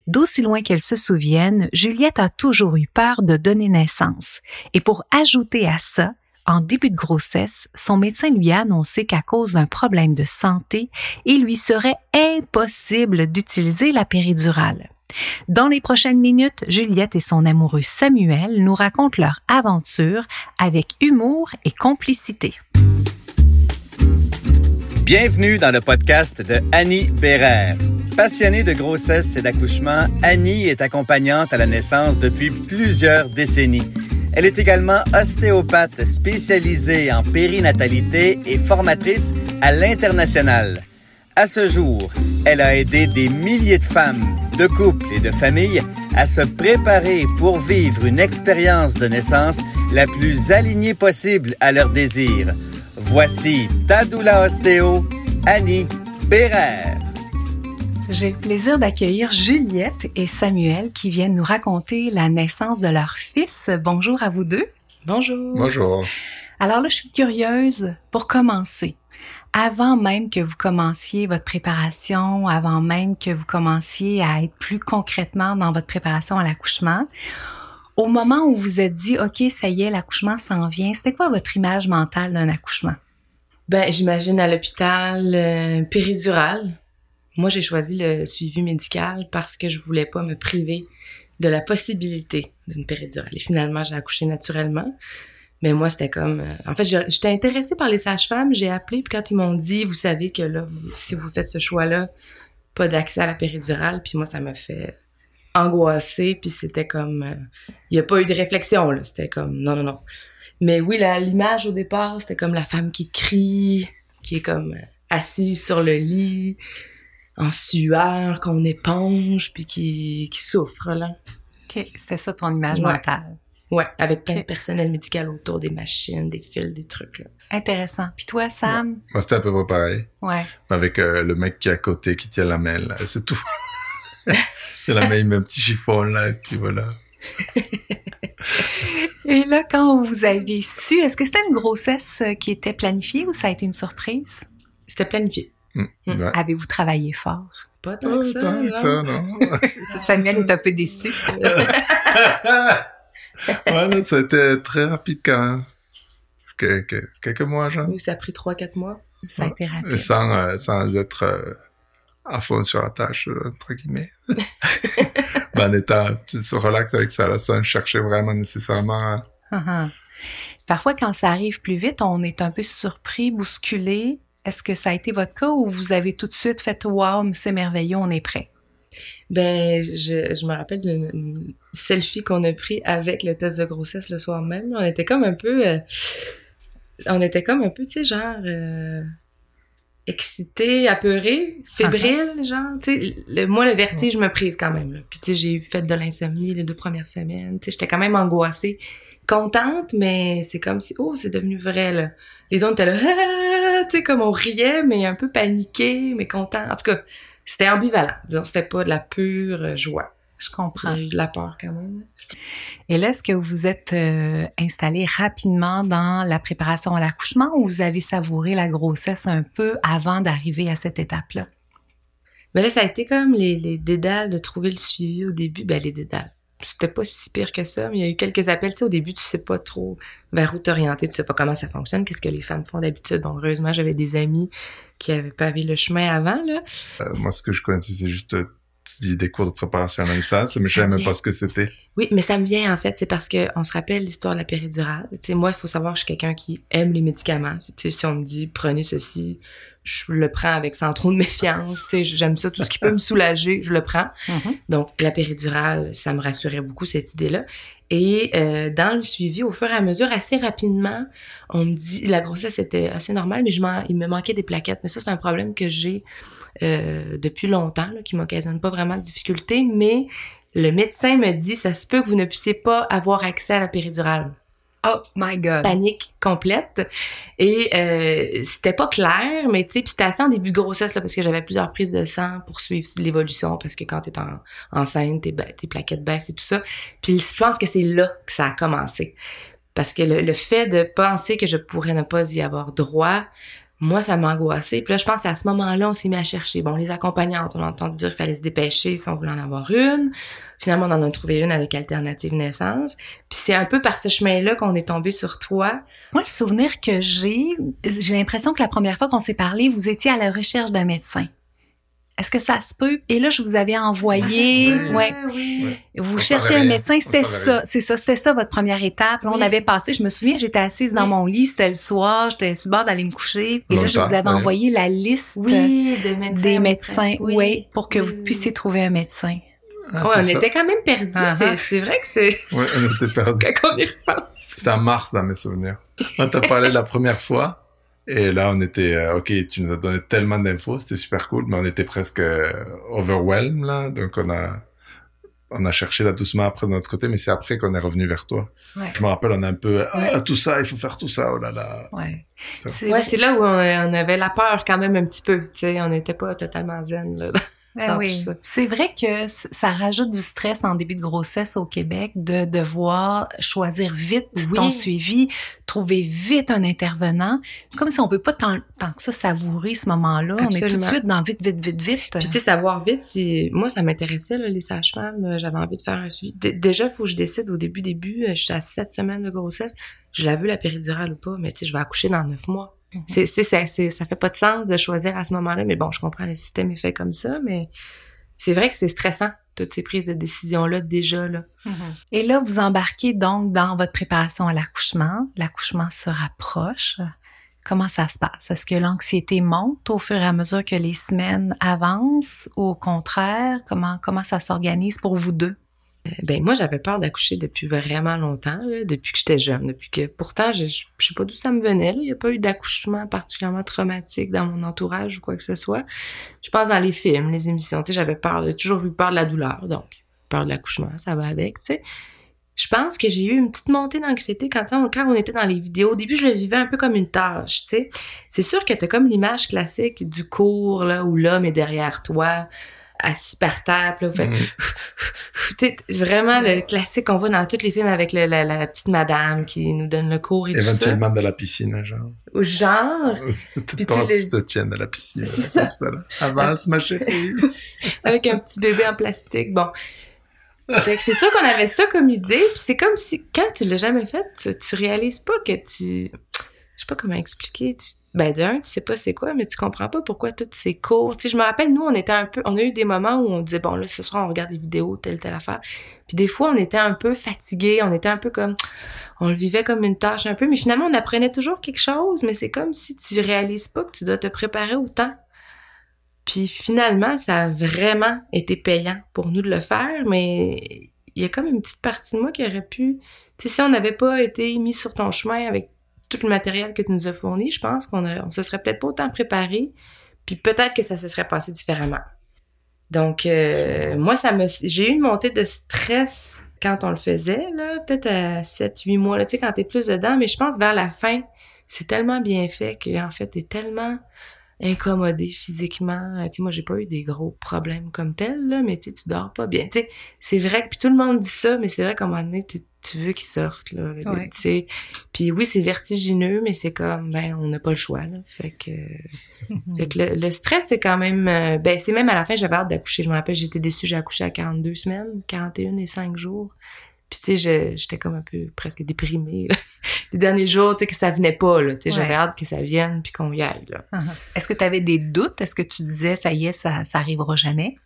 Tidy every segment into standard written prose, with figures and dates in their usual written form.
D'aussi loin qu'elle se souvienne, Juliette a toujours eu peur de donner naissance. Et pour ajouter à ça, en début de grossesse, son médecin lui a annoncé qu'à cause d'un problème de santé, il lui serait impossible d'utiliser la péridurale. Dans les prochaines minutes, Juliette et son amoureux Samuel nous racontent leur aventure avec humour et complicité. Bienvenue dans le podcast de Annie Bérère. Passionnée de grossesse et d'accouchement, Annie est accompagnante à la naissance depuis plusieurs décennies. Elle est également ostéopathe spécialisée en périnatalité et formatrice à l'international. À ce jour, elle a aidé des milliers de femmes, de couples et de familles à se préparer pour vivre une expérience de naissance la plus alignée possible à leurs désirs. Voici ta doula ostéo, Annie Bérère. J'ai le plaisir d'accueillir Juliette et Samuel qui viennent nous raconter la naissance de leur fils. Bonjour à vous deux. Bonjour. Bonjour. Alors là, je suis curieuse pour commencer. Avant même que vous commenciez votre préparation, avant même que vous commenciez à être plus concrètement dans votre préparation à l'accouchement, au moment où vous vous êtes dit « OK, ça y est, l'accouchement s'en vient », c'était quoi votre image mentale d'un accouchement? Ben, j'imagine à l'hôpital péridurale. Moi, j'ai choisi le suivi médical parce que je voulais pas me priver de la possibilité d'une péridurale. Et finalement, j'ai accouché naturellement. Mais moi, c'était comme... en fait, j'étais intéressée par les sages-femmes. J'ai appelé, puis quand ils m'ont dit « Vous savez que là, si vous faites ce choix-là, pas d'accès à la péridurale », puis moi, ça m'a fait angoissée, puis c'était comme... il n'y a pas eu de réflexion, là. C'était comme non. Mais oui, l'image au départ, c'était comme la femme qui crie, qui est comme assise sur le lit, en sueur, qu'on éponge, puis qui souffre, là. OK, c'était ça ton image mentale. Ouais, avec plein de personnel médical autour, des machines, des fils, des trucs, là. Intéressant. Puis toi, Sam? Ouais. Moi, c'était à peu près pareil. Ouais. Avec le mec qui est à côté, qui tient la main, là, c'est tout. Il la main, il met un petit chiffon, là, et puis voilà. Et là, quand vous avez su, est-ce que c'était une grossesse qui était planifiée ou ça a été une surprise? C'était planifié. Ouais. Avez-vous travaillé fort? Pas tant que ça, non. Samuel est un peu déçu. Ouais, non, ça a été très rapide quand même. Quelques mois, genre. Oui, ça a pris 3-4 mois. Ça a été rapide. Et sans être à fond sur la tâche, entre guillemets. En étant relax avec ça, là, sans chercher vraiment nécessairement... Parfois, quand ça arrive plus vite, on est un peu surpris, bousculé. Est-ce que ça a été votre cas ou vous avez tout de suite fait « Wow, c'est merveilleux, on est prêt ». Ben, je me rappelle d'une selfie qu'on a pris avec le test de grossesse le soir même. On était comme un peu, tu sais, genre excités, apeurés, fébriles, genre, tu sais. Moi, le vertige me prise quand même, là. Puis, tu sais, j'ai fait de l'insomnie les 2 premières semaines. Tu sais, j'étais quand même angoissée, contente, mais c'est comme si, c'est devenu vrai, là. Les deux, on était là, tu sais, comme on riait, mais un peu paniqué, mais content. En tout cas, c'était ambivalent, disons. C'était pas de la pure joie. Je comprends. Il y a eu de la peur quand même. Et là, est-ce que vous êtes installé rapidement dans la préparation à l'accouchement ou vous avez savouré la grossesse un peu avant d'arriver à cette étape-là? Mais là, ça a été comme les dédales de trouver le suivi au début. Ben, les dédales. C'était pas si pire que ça, mais il y a eu quelques appels. Tu sais, au début, tu sais pas trop vers où t'orienter, tu sais pas comment ça fonctionne, qu'est-ce que les femmes font d'habitude. Bon, heureusement, j'avais des amis qui avaient pavé le chemin avant, là. Moi, ce que je connaissais, c'est juste des cours de préparation à la naissance, mais je savais même pas ce que c'était. Oui, mais ça me vient, en fait, c'est parce que on se rappelle l'histoire de la péridurale. Tu sais, moi, il faut savoir que je suis quelqu'un qui aime les médicaments. Tu sais, si on me dit, prenez ceci, je le prends avec sans trop de méfiance. Tu sais, j'aime ça, tout ce qui peut me soulager, je le prends. Donc, la péridurale, ça me rassurait beaucoup, cette idée-là. Et dans le suivi, au fur et à mesure, assez rapidement, on me dit, la grossesse était assez normale, mais il me manquait des plaquettes. Mais ça, c'est un problème que j'ai depuis longtemps, là, qui m'occasionne pas vraiment de difficultés, mais le médecin me dit, ça se peut que vous ne puissiez pas avoir accès à la péridurale. Oh my God! Panique complète. Et c'était pas clair, mais tu sais, puis c'était assez en début de grossesse, là, parce que j'avais plusieurs prises de sang pour suivre l'évolution, parce que quand t'es enceinte, tes plaquettes baissent et tout ça. Puis je pense que c'est là que ça a commencé. Parce que le fait de penser que je pourrais ne pas y avoir droit Moi, ça m'angoissait. Puis là, je pense qu'à ce moment-là, on s'est mis à chercher. Bon, les accompagnantes, on a entendu dire qu'il fallait se dépêcher si on voulait en avoir une. Finalement, on en a trouvé une avec Alternative Naissance. Puis c'est un peu par ce chemin-là qu'on est tombé sur toi. Moi, le souvenir que j'ai l'impression que la première fois qu'on s'est parlé, vous étiez à la recherche d'un médecin. Est-ce que ça se peut? Et là, je vous avais envoyé... Oui. Vous cherchiez un médecin, c'était ça votre première étape. Là, on avait passé, je me souviens, j'étais assise dans mon lit, c'était le soir, j'étais sur le bord d'aller me coucher. Et là, je vous avais envoyé la liste des médecins, pour que vous puissiez trouver un médecin. On était quand même perdus. C'est vrai que c'est... Oui, on était perdus. Quand on y repense. C'était en mars, dans mes souvenirs. On t'a parlé la première fois. Et là, on était, OK, tu nous as donné tellement d'infos, c'était super cool, mais on était presque overwhelmed, là. Donc, on a cherché là doucement après de notre côté, mais c'est après qu'on est revenu vers toi. Ouais. Je me rappelle, on a un peu, tout ça, il faut faire tout ça, oh là là. Ouais. C'est là où on avait la peur quand même un petit peu, tu sais, on n'était pas totalement zen, là. Oui, c'est vrai que ça rajoute du stress en début de grossesse au Québec de devoir choisir vite ton suivi, trouver vite un intervenant. C'est comme si on peut pas tant que ça savourer ce moment-là. Absolument. On est tout de suite dans vite. Puis tu sais, savoir vite, moi ça m'intéressait, là, les sages-femmes, j'avais envie de faire un suivi. Déjà, il faut que je décide au début, je suis à 7 semaines de grossesse, je la veux la péridurale ou pas, mais tu sais, je vais accoucher dans 9 mois. Mm-hmm. Ça fait pas de sens de choisir à ce moment-là, mais bon, je comprends, le système est fait comme ça, mais c'est vrai que c'est stressant, toutes ces prises de décision-là, déjà, là. Mm-hmm. Et là, vous embarquez donc dans votre préparation à l'accouchement. L'accouchement se rapproche. Comment ça se passe? Est-ce que l'anxiété monte au fur et à mesure que les semaines avancent, ou au contraire, comment ça s'organise pour vous deux? Ben moi, j'avais peur d'accoucher depuis vraiment longtemps, là, depuis que j'étais jeune. Pourtant, je sais pas d'où ça me venait. Il n'y a pas eu d'accouchement particulièrement traumatique dans mon entourage ou quoi que ce soit. Je pense dans les films, les émissions. Tu sais, j'avais toujours eu peur de la douleur. Donc, peur de l'accouchement, ça va avec, tu sais. Je pense que j'ai eu une petite montée d'anxiété quand on était dans les vidéos. Au début, je le vivais un peu comme une tâche, tu sais. C'est sûr que t'as comme l'image classique du cours, là, où l'homme est derrière toi, assis par terre, puis là, vous faites... C'est vraiment le classique qu'on voit dans tous les films avec la petite madame qui nous donne le cours et tout ça. Éventuellement de la piscine, genre. Genre. Tu te tiennes de la piscine. C'est ça. Comme ça, là. Avance, ma chérie. Avec un petit bébé en plastique. Bon. Fait que c'est sûr qu'on avait ça comme idée, puis c'est comme si, quand tu l'as jamais fait, tu réalises pas que tu... Je sais pas comment expliquer. Tu sais pas c'est quoi, mais tu comprends pas pourquoi toutes ces cours. Tu sais, je me rappelle, nous, on a eu des moments où on disait, bon, là, ce soir, on regarde des vidéos, telle affaire. Puis des fois, on était un peu fatigués, on était un peu comme, on le vivait comme une tâche un peu, mais finalement, on apprenait toujours quelque chose, mais c'est comme si tu réalises pas que tu dois te préparer autant. Puis finalement, ça a vraiment été payant pour nous de le faire, mais il y a comme une petite partie de moi qui aurait pu, tu sais, si on n'avait pas été mis sur ton chemin avec tout le matériel que tu nous as fourni, je pense qu'on se serait peut-être pas autant préparé, puis peut-être que ça se serait passé différemment. Donc, moi, j'ai eu une montée de stress quand on le faisait, là, peut-être à 7-8 mois, là, tu sais, quand t'es plus dedans, mais je pense vers la fin, c'est tellement bien fait qu'en fait, t'es tellement incommodé physiquement. Tu sais, moi, j'ai pas eu des gros problèmes comme tels, là, mais tu sais, tu dors pas bien. Tu sais, c'est vrai que, puis tout le monde dit ça, mais c'est vrai qu'à un moment donné, tu veux qu'ils sortent, là. Ouais. Tu sais, puis oui, c'est vertigineux, mais c'est comme, on n'a pas le choix, là. Fait que le stress, c'est quand même, c'est même à la fin, j'avais hâte d'accoucher. Je me rappelle, j'étais déçue, j'ai accouché à 42 semaines, 41 et 5 jours. Puis tu sais, j'étais comme un peu presque déprimée, là. Les derniers jours, tu sais, que ça venait pas, là. Tu sais, j'avais hâte que ça vienne puis qu'on y aille, là. Uh-huh. Est-ce que tu avais des doutes? Est-ce que tu disais, ça y est, ça arrivera jamais?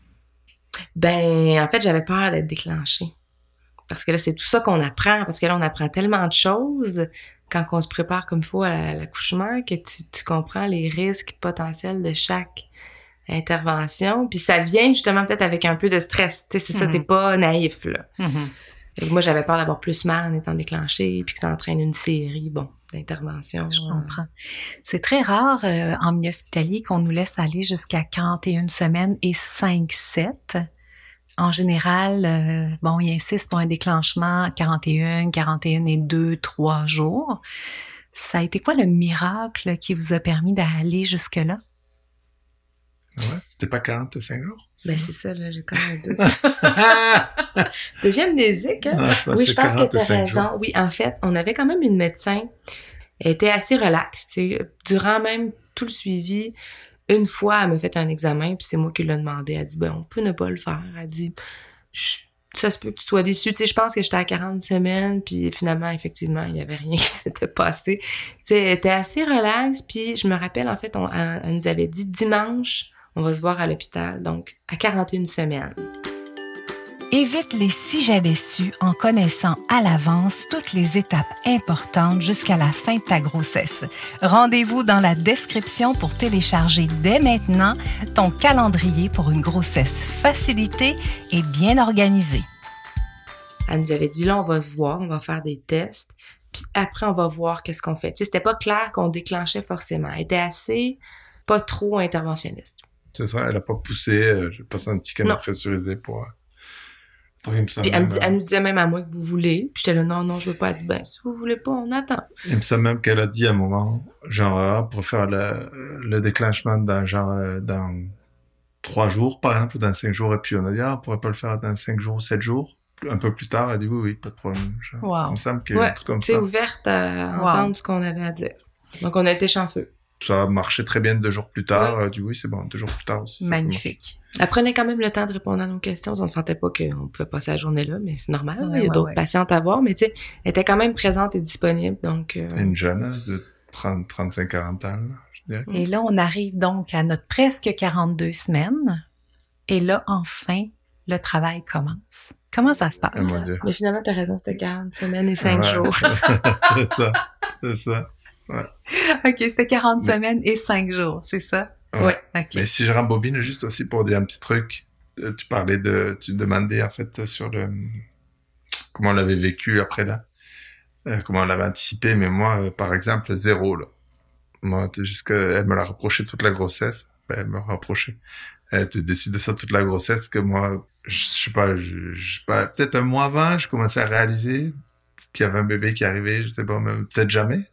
En fait, j'avais peur d'être déclenchée. Parce que là, c'est tout ça qu'on apprend. Parce que là, on apprend tellement de choses quand on se prépare comme il faut à l'accouchement que tu comprends les risques potentiels de chaque intervention. Puis ça vient justement peut-être avec un peu de stress. Tu sais, c'est ça, t'es pas naïf, là. Mm-hmm. Et moi, j'avais peur d'avoir plus mal en étant déclenchée, puis que ça entraîne une série, d'interventions. Je comprends. C'est très rare en milieu hospitalier qu'on nous laisse aller jusqu'à 41 semaines et 5-7. En général, il insiste pour un déclenchement 41 et 2-3 jours. Ça a été quoi le miracle qui vous a permis d'aller jusque-là? Ouais, c'était pas 45 jours? C'est ça, là, j'ai quand même un doute. Deviens amnésique, hein? Non, je pense que t'as raison. Oui, en fait, on avait quand même une médecin Elle était assez relaxe, tu sais. Durant même tout le suivi, une fois, elle m'a fait un examen, puis c'est moi qui l'ai demandé. Elle a dit, ben, on peut ne pas le faire. Elle a dit, ça se peut que tu sois déçu. Tu sais, je pense que j'étais à 40 semaines, puis finalement, effectivement, il y avait rien qui s'était passé. Tu sais, elle était assez relaxe, puis je me rappelle, en fait, elle nous avait dit, dimanche, on va se voir à l'hôpital, donc à 41 semaines. Évite les si j'avais su en connaissant à l'avance toutes les étapes importantes jusqu'à la fin de ta grossesse. Rendez-vous dans la description pour télécharger dès maintenant ton calendrier pour une grossesse facilitée et bien organisée. Elle nous avait dit, là, on va se voir, on va faire des tests, puis après, on va voir qu'est-ce qu'on fait. Tu sais, c'était pas clair qu'on déclenchait forcément. Elle était assez, pas trop interventionniste. C'est ça, elle a pas poussé, j'ai pas senti qu'elle m'a pressurisé pour... Puis elle nous disait même à moi que vous voulez. Puis j'étais là, non, je veux pas. Elle dit, ben, si vous voulez pas, on attend. Il me semble même qu'elle a dit à un moment, genre, pour faire le déclenchement dans 3 jours, par exemple, ou dans 5 jours. Et puis on a dit, on pourrait pas le faire dans 5 jours, 7 jours. Un peu plus tard, elle a dit, oui, pas de problème. Genre, wow. Il me semble qu'il y a un truc comme ça. Tu es ouverte à entendre ce qu'on avait à dire. Donc on a été chanceux. Ça a marché très bien 2 jours plus tard. Elle a dit, oui, c'est bon, 2 jours plus tard aussi. Magnifique. Elle prenait quand même le temps de répondre à nos questions. On sentait pas qu'on pouvait passer la journée là, mais c'est normal. Il y a d'autres patientes à voir, mais tu sais, elle était quand même présente et disponible. Donc, une jeune de 35-40 ans, là, je dirais. Et là, on arrive donc à notre presque 42 semaines. Et là, enfin, le travail commence. Comment ça se passe? Oh, mon Dieu. Mais finalement, t'as raison, c'était 40 semaines et 5 jours. c'est ça. Ouais. OK, c'était 40 semaines et 5 jours, c'est ça? Ouais. Okay. Mais si je rembobine juste aussi pour dire un petit truc, tu demandais en fait sur comment on l'avait vécu après là, comment on l'avait anticipé, mais moi, par exemple, 0 là. Moi, elle me l'a reproché toute la grossesse. Elle me l'a reproché. Elle était déçue de ça toute la grossesse, que moi, je sais pas, peut-être un mois avant, je commençais à réaliser qu'il y avait un bébé qui arrivait, je sais pas, même peut-être jamais.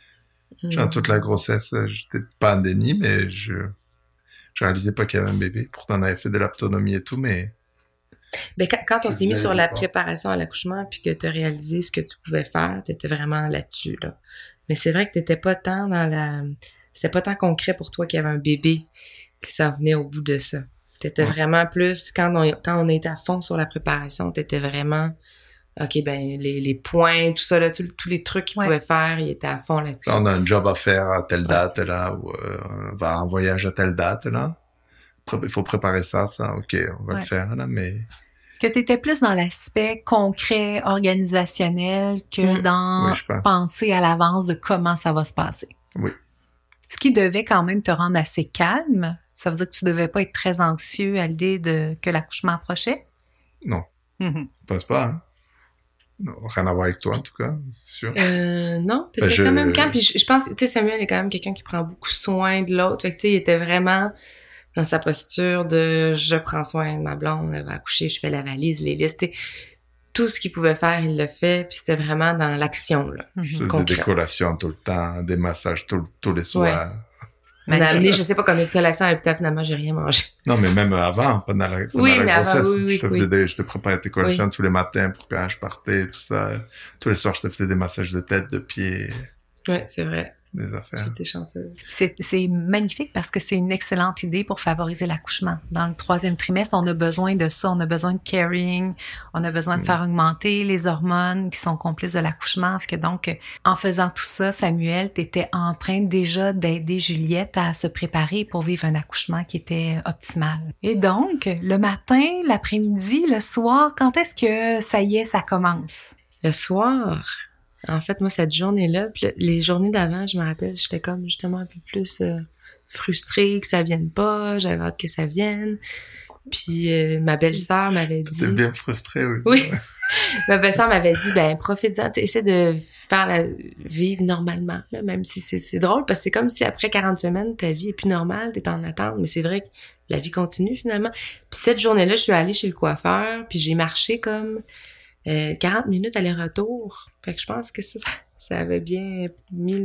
Genre, toute la grossesse, j'étais pas en déni, mais je réalisais pas qu'il y avait un bébé. Pourtant, on avait fait de l'autonomie et tout, mais... Ben, quand on s'est mis sur la préparation à l'accouchement, puis que tu as réalisé ce que tu pouvais faire, t'étais vraiment là-dessus, là. Mais c'est vrai que t'étais pas tant c'était pas tant concret pour toi qu'il y avait un bébé qui s'en venait au bout de ça. T'étais vraiment plus... Quand on était à fond sur la préparation, t'étais vraiment... OK, ben, les points, tout ça, là, tous les trucs qu'ils pouvaient faire, ils étaient à fond là-dessus. On a un job à faire à telle date, là, ou on va en voyage à telle date, là. Il faut préparer ça, OK, on va le faire, là, mais... Que t'étais plus dans l'aspect concret, organisationnel, que dans penser à l'avance de comment ça va se passer. Oui. Ce qui devait quand même te rendre assez calme. Ça veut dire que tu devais pas être très anxieux à l'idée que l'accouchement approchait? Non. Je pense pas, hein. Non, rien à voir avec toi, en tout cas, c'est sûr. Non, t'étais quand même calme. Puis je pense, tu sais, Samuel est quand même quelqu'un qui prend beaucoup soin de l'autre. Fait que, tu sais, il était vraiment dans sa posture de je prends soin de ma blonde, elle va accoucher, je fais la valise, les listes. Tout ce qu'il pouvait faire, il le fait. Puis c'était vraiment dans l'action, là. Des collations tout le temps, des massages tous les soirs. Ouais. On a amené, je sais pas combien de collations, et peut-être finalement, j'ai rien mangé. Non, mais même avant, pendant la grossesse, avant, je te préparais tes collations tous les matins pour que quand je partais, tout ça. Tous les soirs, je te faisais des massages de tête, de pieds. Ouais, c'est vrai. Des affaires. J'étais chanceuse. C'est magnifique parce que c'est une excellente idée pour favoriser l'accouchement. Dans le 3e trimestre, on a besoin de ça. On a besoin de carrying. On a besoin de faire augmenter les hormones qui sont complices de l'accouchement. Fait que donc, en faisant tout ça, Samuel, t'étais en train déjà d'aider Juliette à se préparer pour vivre un accouchement qui était optimal. Et donc, le matin, l'après-midi, le soir, quand est-ce que ça y est, ça commence? Le soir... En fait, moi, cette journée-là, puis les journées d'avant, je me rappelle, j'étais comme justement un peu plus frustrée que ça vienne pas, j'avais hâte que ça vienne. Puis ma belle-sœur m'avait dit... T'étais bien frustrée, oui. Oui. Ma belle-sœur m'avait dit, ben profite-en, essaie de vivre normalement, là, même si c'est drôle, parce que c'est comme si après 40 semaines, ta vie est plus normale, t'es en attente, mais c'est vrai que la vie continue finalement. Puis cette journée-là, je suis allée chez le coiffeur, puis j'ai marché comme... 40 minutes aller-retour. Fait que je pense que ça avait bien mis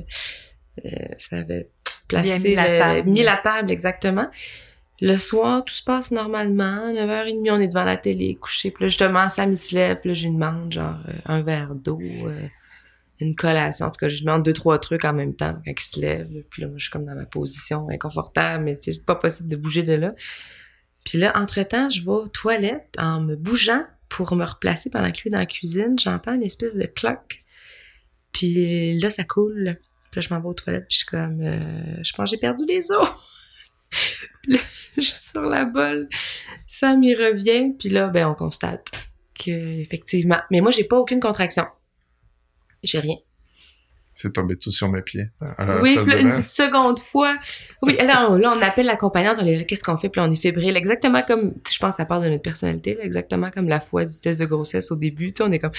ça avait placé mis la table, exactement. Le soir, tout se passe normalement. 9h30, on est devant la télé, couché. Puis là, justement, Sam, il se lève. Puis là, je lui demande, genre, un verre d'eau. une collation. En tout cas, je lui demande 2-3 trucs en même temps quand il se lève. Là. Puis là, moi, je suis comme dans ma position inconfortable, mais tu sais, c'est pas possible de bouger de là. Puis là, entre-temps, je vais aux toilettes en me bougeant pour me replacer pendant que lui est dans la cuisine. J'entends une espèce de cloque. Puis là, ça coule. Puis là, je m'en vais aux toilettes, puis je suis comme... je pense que j'ai perdu les os. Puis là, je suis sur la bolle. Sam, il revient. Puis là, on constate qu'effectivement... Mais moi, j'ai pas aucune contraction. J'ai rien. C'est tombé tout sur mes pieds. Oui, puis une seconde fois. Oui, là, on appelle l'accompagnante, on dit qu'est-ce qu'on fait, puis là, on est fébrile. Exactement comme, je pense, ça parle de notre personnalité, là, exactement comme la fois du test de grossesse au début. Tu sais, on est comme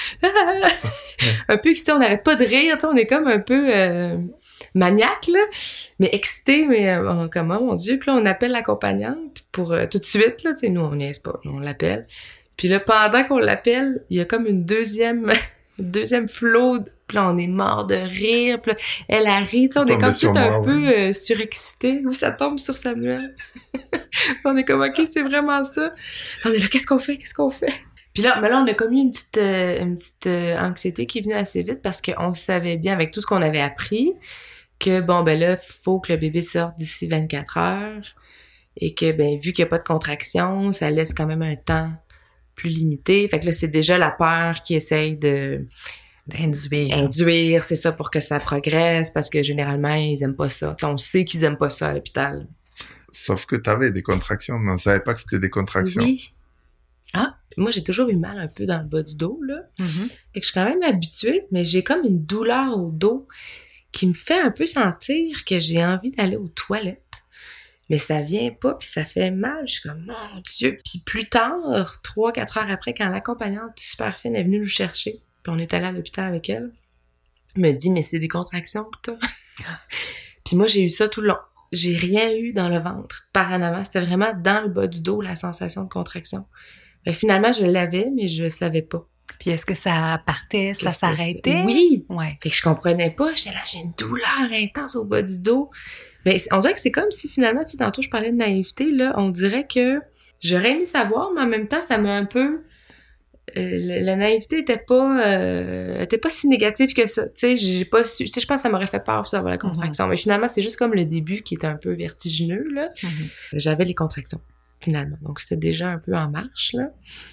un peu excité, on n'arrête pas de rire, tu sais, on est comme un peu maniaque, là, mais excité, mais comme, oh mon Dieu, puis là, on appelle l'accompagnante pour tout de suite, là, tu sais, nous, on niaise pas, on l'appelle. Puis là, pendant qu'on l'appelle, il y a comme une deuxième flot, puis là, on est mort de rire, puis là, elle rit, tu sais, on est comme tout un peu surexcité, ou ça tombe sur Samuel. On est comme, OK, c'est vraiment ça. On est là, qu'est-ce qu'on fait? Puis là, mais là, on a comme eu une petite anxiété qui est venue assez vite parce qu'on savait bien, avec tout ce qu'on avait appris, que là, faut que le bébé sorte d'ici 24 heures, et que, vu qu'il n'y a pas de contraction, ça laisse quand même un temps plus limité. Fait que là, c'est déjà la peur qui essaye d'induire, c'est ça, pour que ça progresse, parce que généralement, ils aiment pas ça. T'sais, on sait qu'ils aiment pas ça à l'hôpital. Sauf que t'avais des contractions, mais on savait pas que c'était des contractions. Oui. Ah, moi, j'ai toujours eu mal un peu dans le bas du dos, là. Mm-hmm. Fait que je suis quand même habituée, mais j'ai comme une douleur au dos qui me fait un peu sentir que j'ai envie d'aller aux toilettes. Mais ça vient pas, puis ça fait mal. Je suis comme, mon Dieu. Puis plus tard, 3-4 heures après, quand l'accompagnante super fine est venue nous chercher, puis on est allé à l'hôpital avec elle, elle me dit, mais c'est des contractions que t'as. Puis moi, j'ai eu ça tout le long. J'ai rien eu dans le ventre. Par en avant, c'était vraiment dans le bas du dos, la sensation de contraction. Fait que finalement, je l'avais, mais je savais pas. Puis est-ce que ça partait, ça s'arrêtait? Oui! Ouais. Fait que je comprenais pas. J'étais là, j'ai une douleur intense au bas du dos. Mais on dirait que c'est comme si finalement, tu sais, tantôt je parlais de naïveté, là, on dirait que j'aurais aimé savoir, mais en même temps, ça m'a un peu... la naïveté était pas si négative que ça. Tu sais, j'ai pas su... Tu sais, je pense que ça m'aurait fait peur de savoir la contraction. Mais finalement, c'est juste comme le début qui était un peu vertigineux, là. J'avais les contractions, finalement. Donc, c'était déjà un peu en marche, là.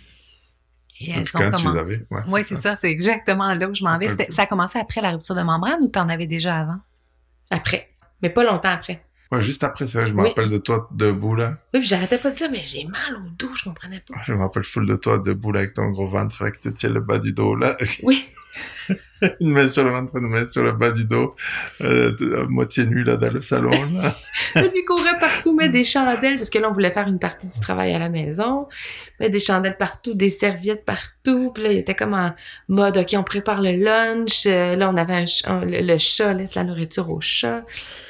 Et elles ont commencé. Oui, c'est ça. C'est exactement là où je m'en vais. Ça a commencé après la rupture de membrane ou t'en avais déjà avant? Après. Mais pas longtemps après. Ouais, juste après ça, je me rappelle de toi debout, là. Oui, puis j'arrêtais pas de dire, mais j'ai mal au dos, je comprenais pas. Je me rappelle full de toi debout, là, avec ton gros ventre, là, que tu tiens le bas du dos, là. Oui. Une main sur le ventre, une main sur le bas du dos, à moitié nu, là, dans le salon, là. Lui courait partout, mettre des chandelles, parce que là, on voulait faire une partie du travail à la maison. Mettre des chandelles partout, des serviettes partout. Puis là, il était comme en mode, OK, on prépare le lunch. Là, on avait le chat, laisse la nourriture au chat.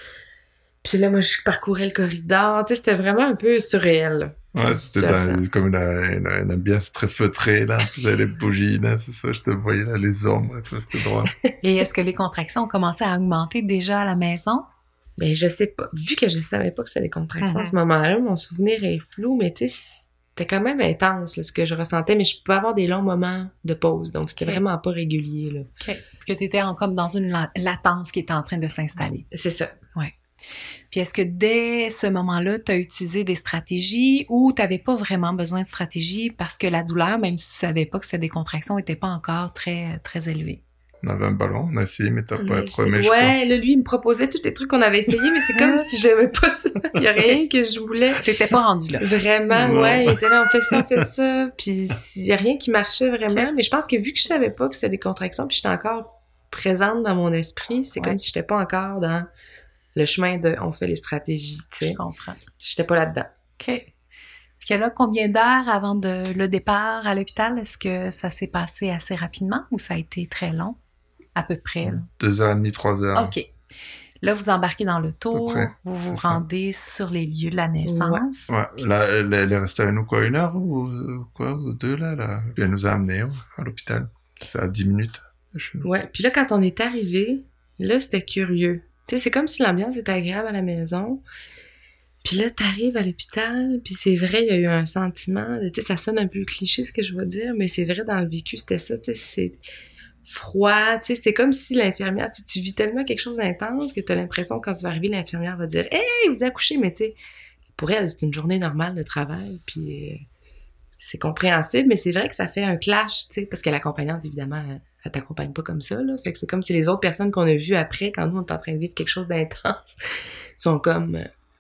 Puis là, moi, je parcourais le corridor. Tu sais, c'était vraiment un peu surréel. Ouais, c'était comme une ambiance très feutrée, là. Vous avez les bougies, là, c'est ça. Je te voyais, là, les ombres et tout, c'était drôle. Et est-ce que les contractions ont commencé à augmenter déjà à la maison? Ben, je sais pas. Vu que je savais pas que c'était des contractions à ce moment-là, mon souvenir est flou, mais tu sais, c'était quand même intense, là, ce que je ressentais, mais je pouvais avoir des longs moments de pause. Donc, c'était vraiment pas régulier, là. OK. Que t'étais comme dans une latence qui était en train de s'installer. C'est ça. Ouais. Puis est-ce que dès ce moment-là, tu as utilisé des stratégies ou tu n'avais pas vraiment besoin de stratégie parce que la douleur, même si tu savais pas que c'était des contractions, n'était pas encore très, très élevée? On avait un ballon, on a essayé, mais t'as pas trop aimé, ouais, là, lui, il me proposait tous les trucs qu'on avait essayés, mais c'est comme si j'aimais pas ça. Il y a rien que je voulais. T'étais pas rendu là. Vraiment, non. Ouais, il était là, on fait ça. Puis il y a rien qui marchait vraiment. Okay. Mais je pense que vu que je savais pas que c'était des contractions, puis j'étais encore présente dans mon esprit, c'est comme si j'étais pas encore dans le chemin de on fait les stratégies, tu sais. Je comprends. J'étais pas là-dedans. OK. Puis là, combien d'heures avant le départ à l'hôpital? Est-ce que ça s'est passé assez rapidement ou ça a été très long? À peu près. Là. 2h30, 3h. OK. Là, vous embarquez dans l'auto, vous vous rendez sur les lieux de la naissance. Ouais. Là, elle est restée avec nous, 1 heure ou 2, là. Puis elle nous a amenés à l'hôpital. C'est à 10 minutes de chez nous. Ouais. Puis là, quand on est arrivé, là, c'était curieux. Tu sais, c'est comme si l'ambiance était agréable à la maison. Puis là, t'arrives à l'hôpital, puis c'est vrai, il y a eu un sentiment, tu sais, ça sonne un peu cliché ce que je vais dire, mais c'est vrai, dans le vécu, c'était ça, tu sais, c'est froid. Tu sais, c'est comme si l'infirmière, tu vis tellement quelque chose d'intense que tu as l'impression que quand tu vas arriver, l'infirmière va dire « Hey, vous accouchez! » Mais tu sais, pour elle, c'est une journée normale de travail, puis c'est compréhensible, mais c'est vrai que ça fait un clash, tu sais, parce que l'accompagnante, évidemment, elle t'accompagne pas comme ça, là. Fait que c'est comme si les autres personnes qu'on a vues après, quand nous, on est en train de vivre quelque chose d'intense, sont comme...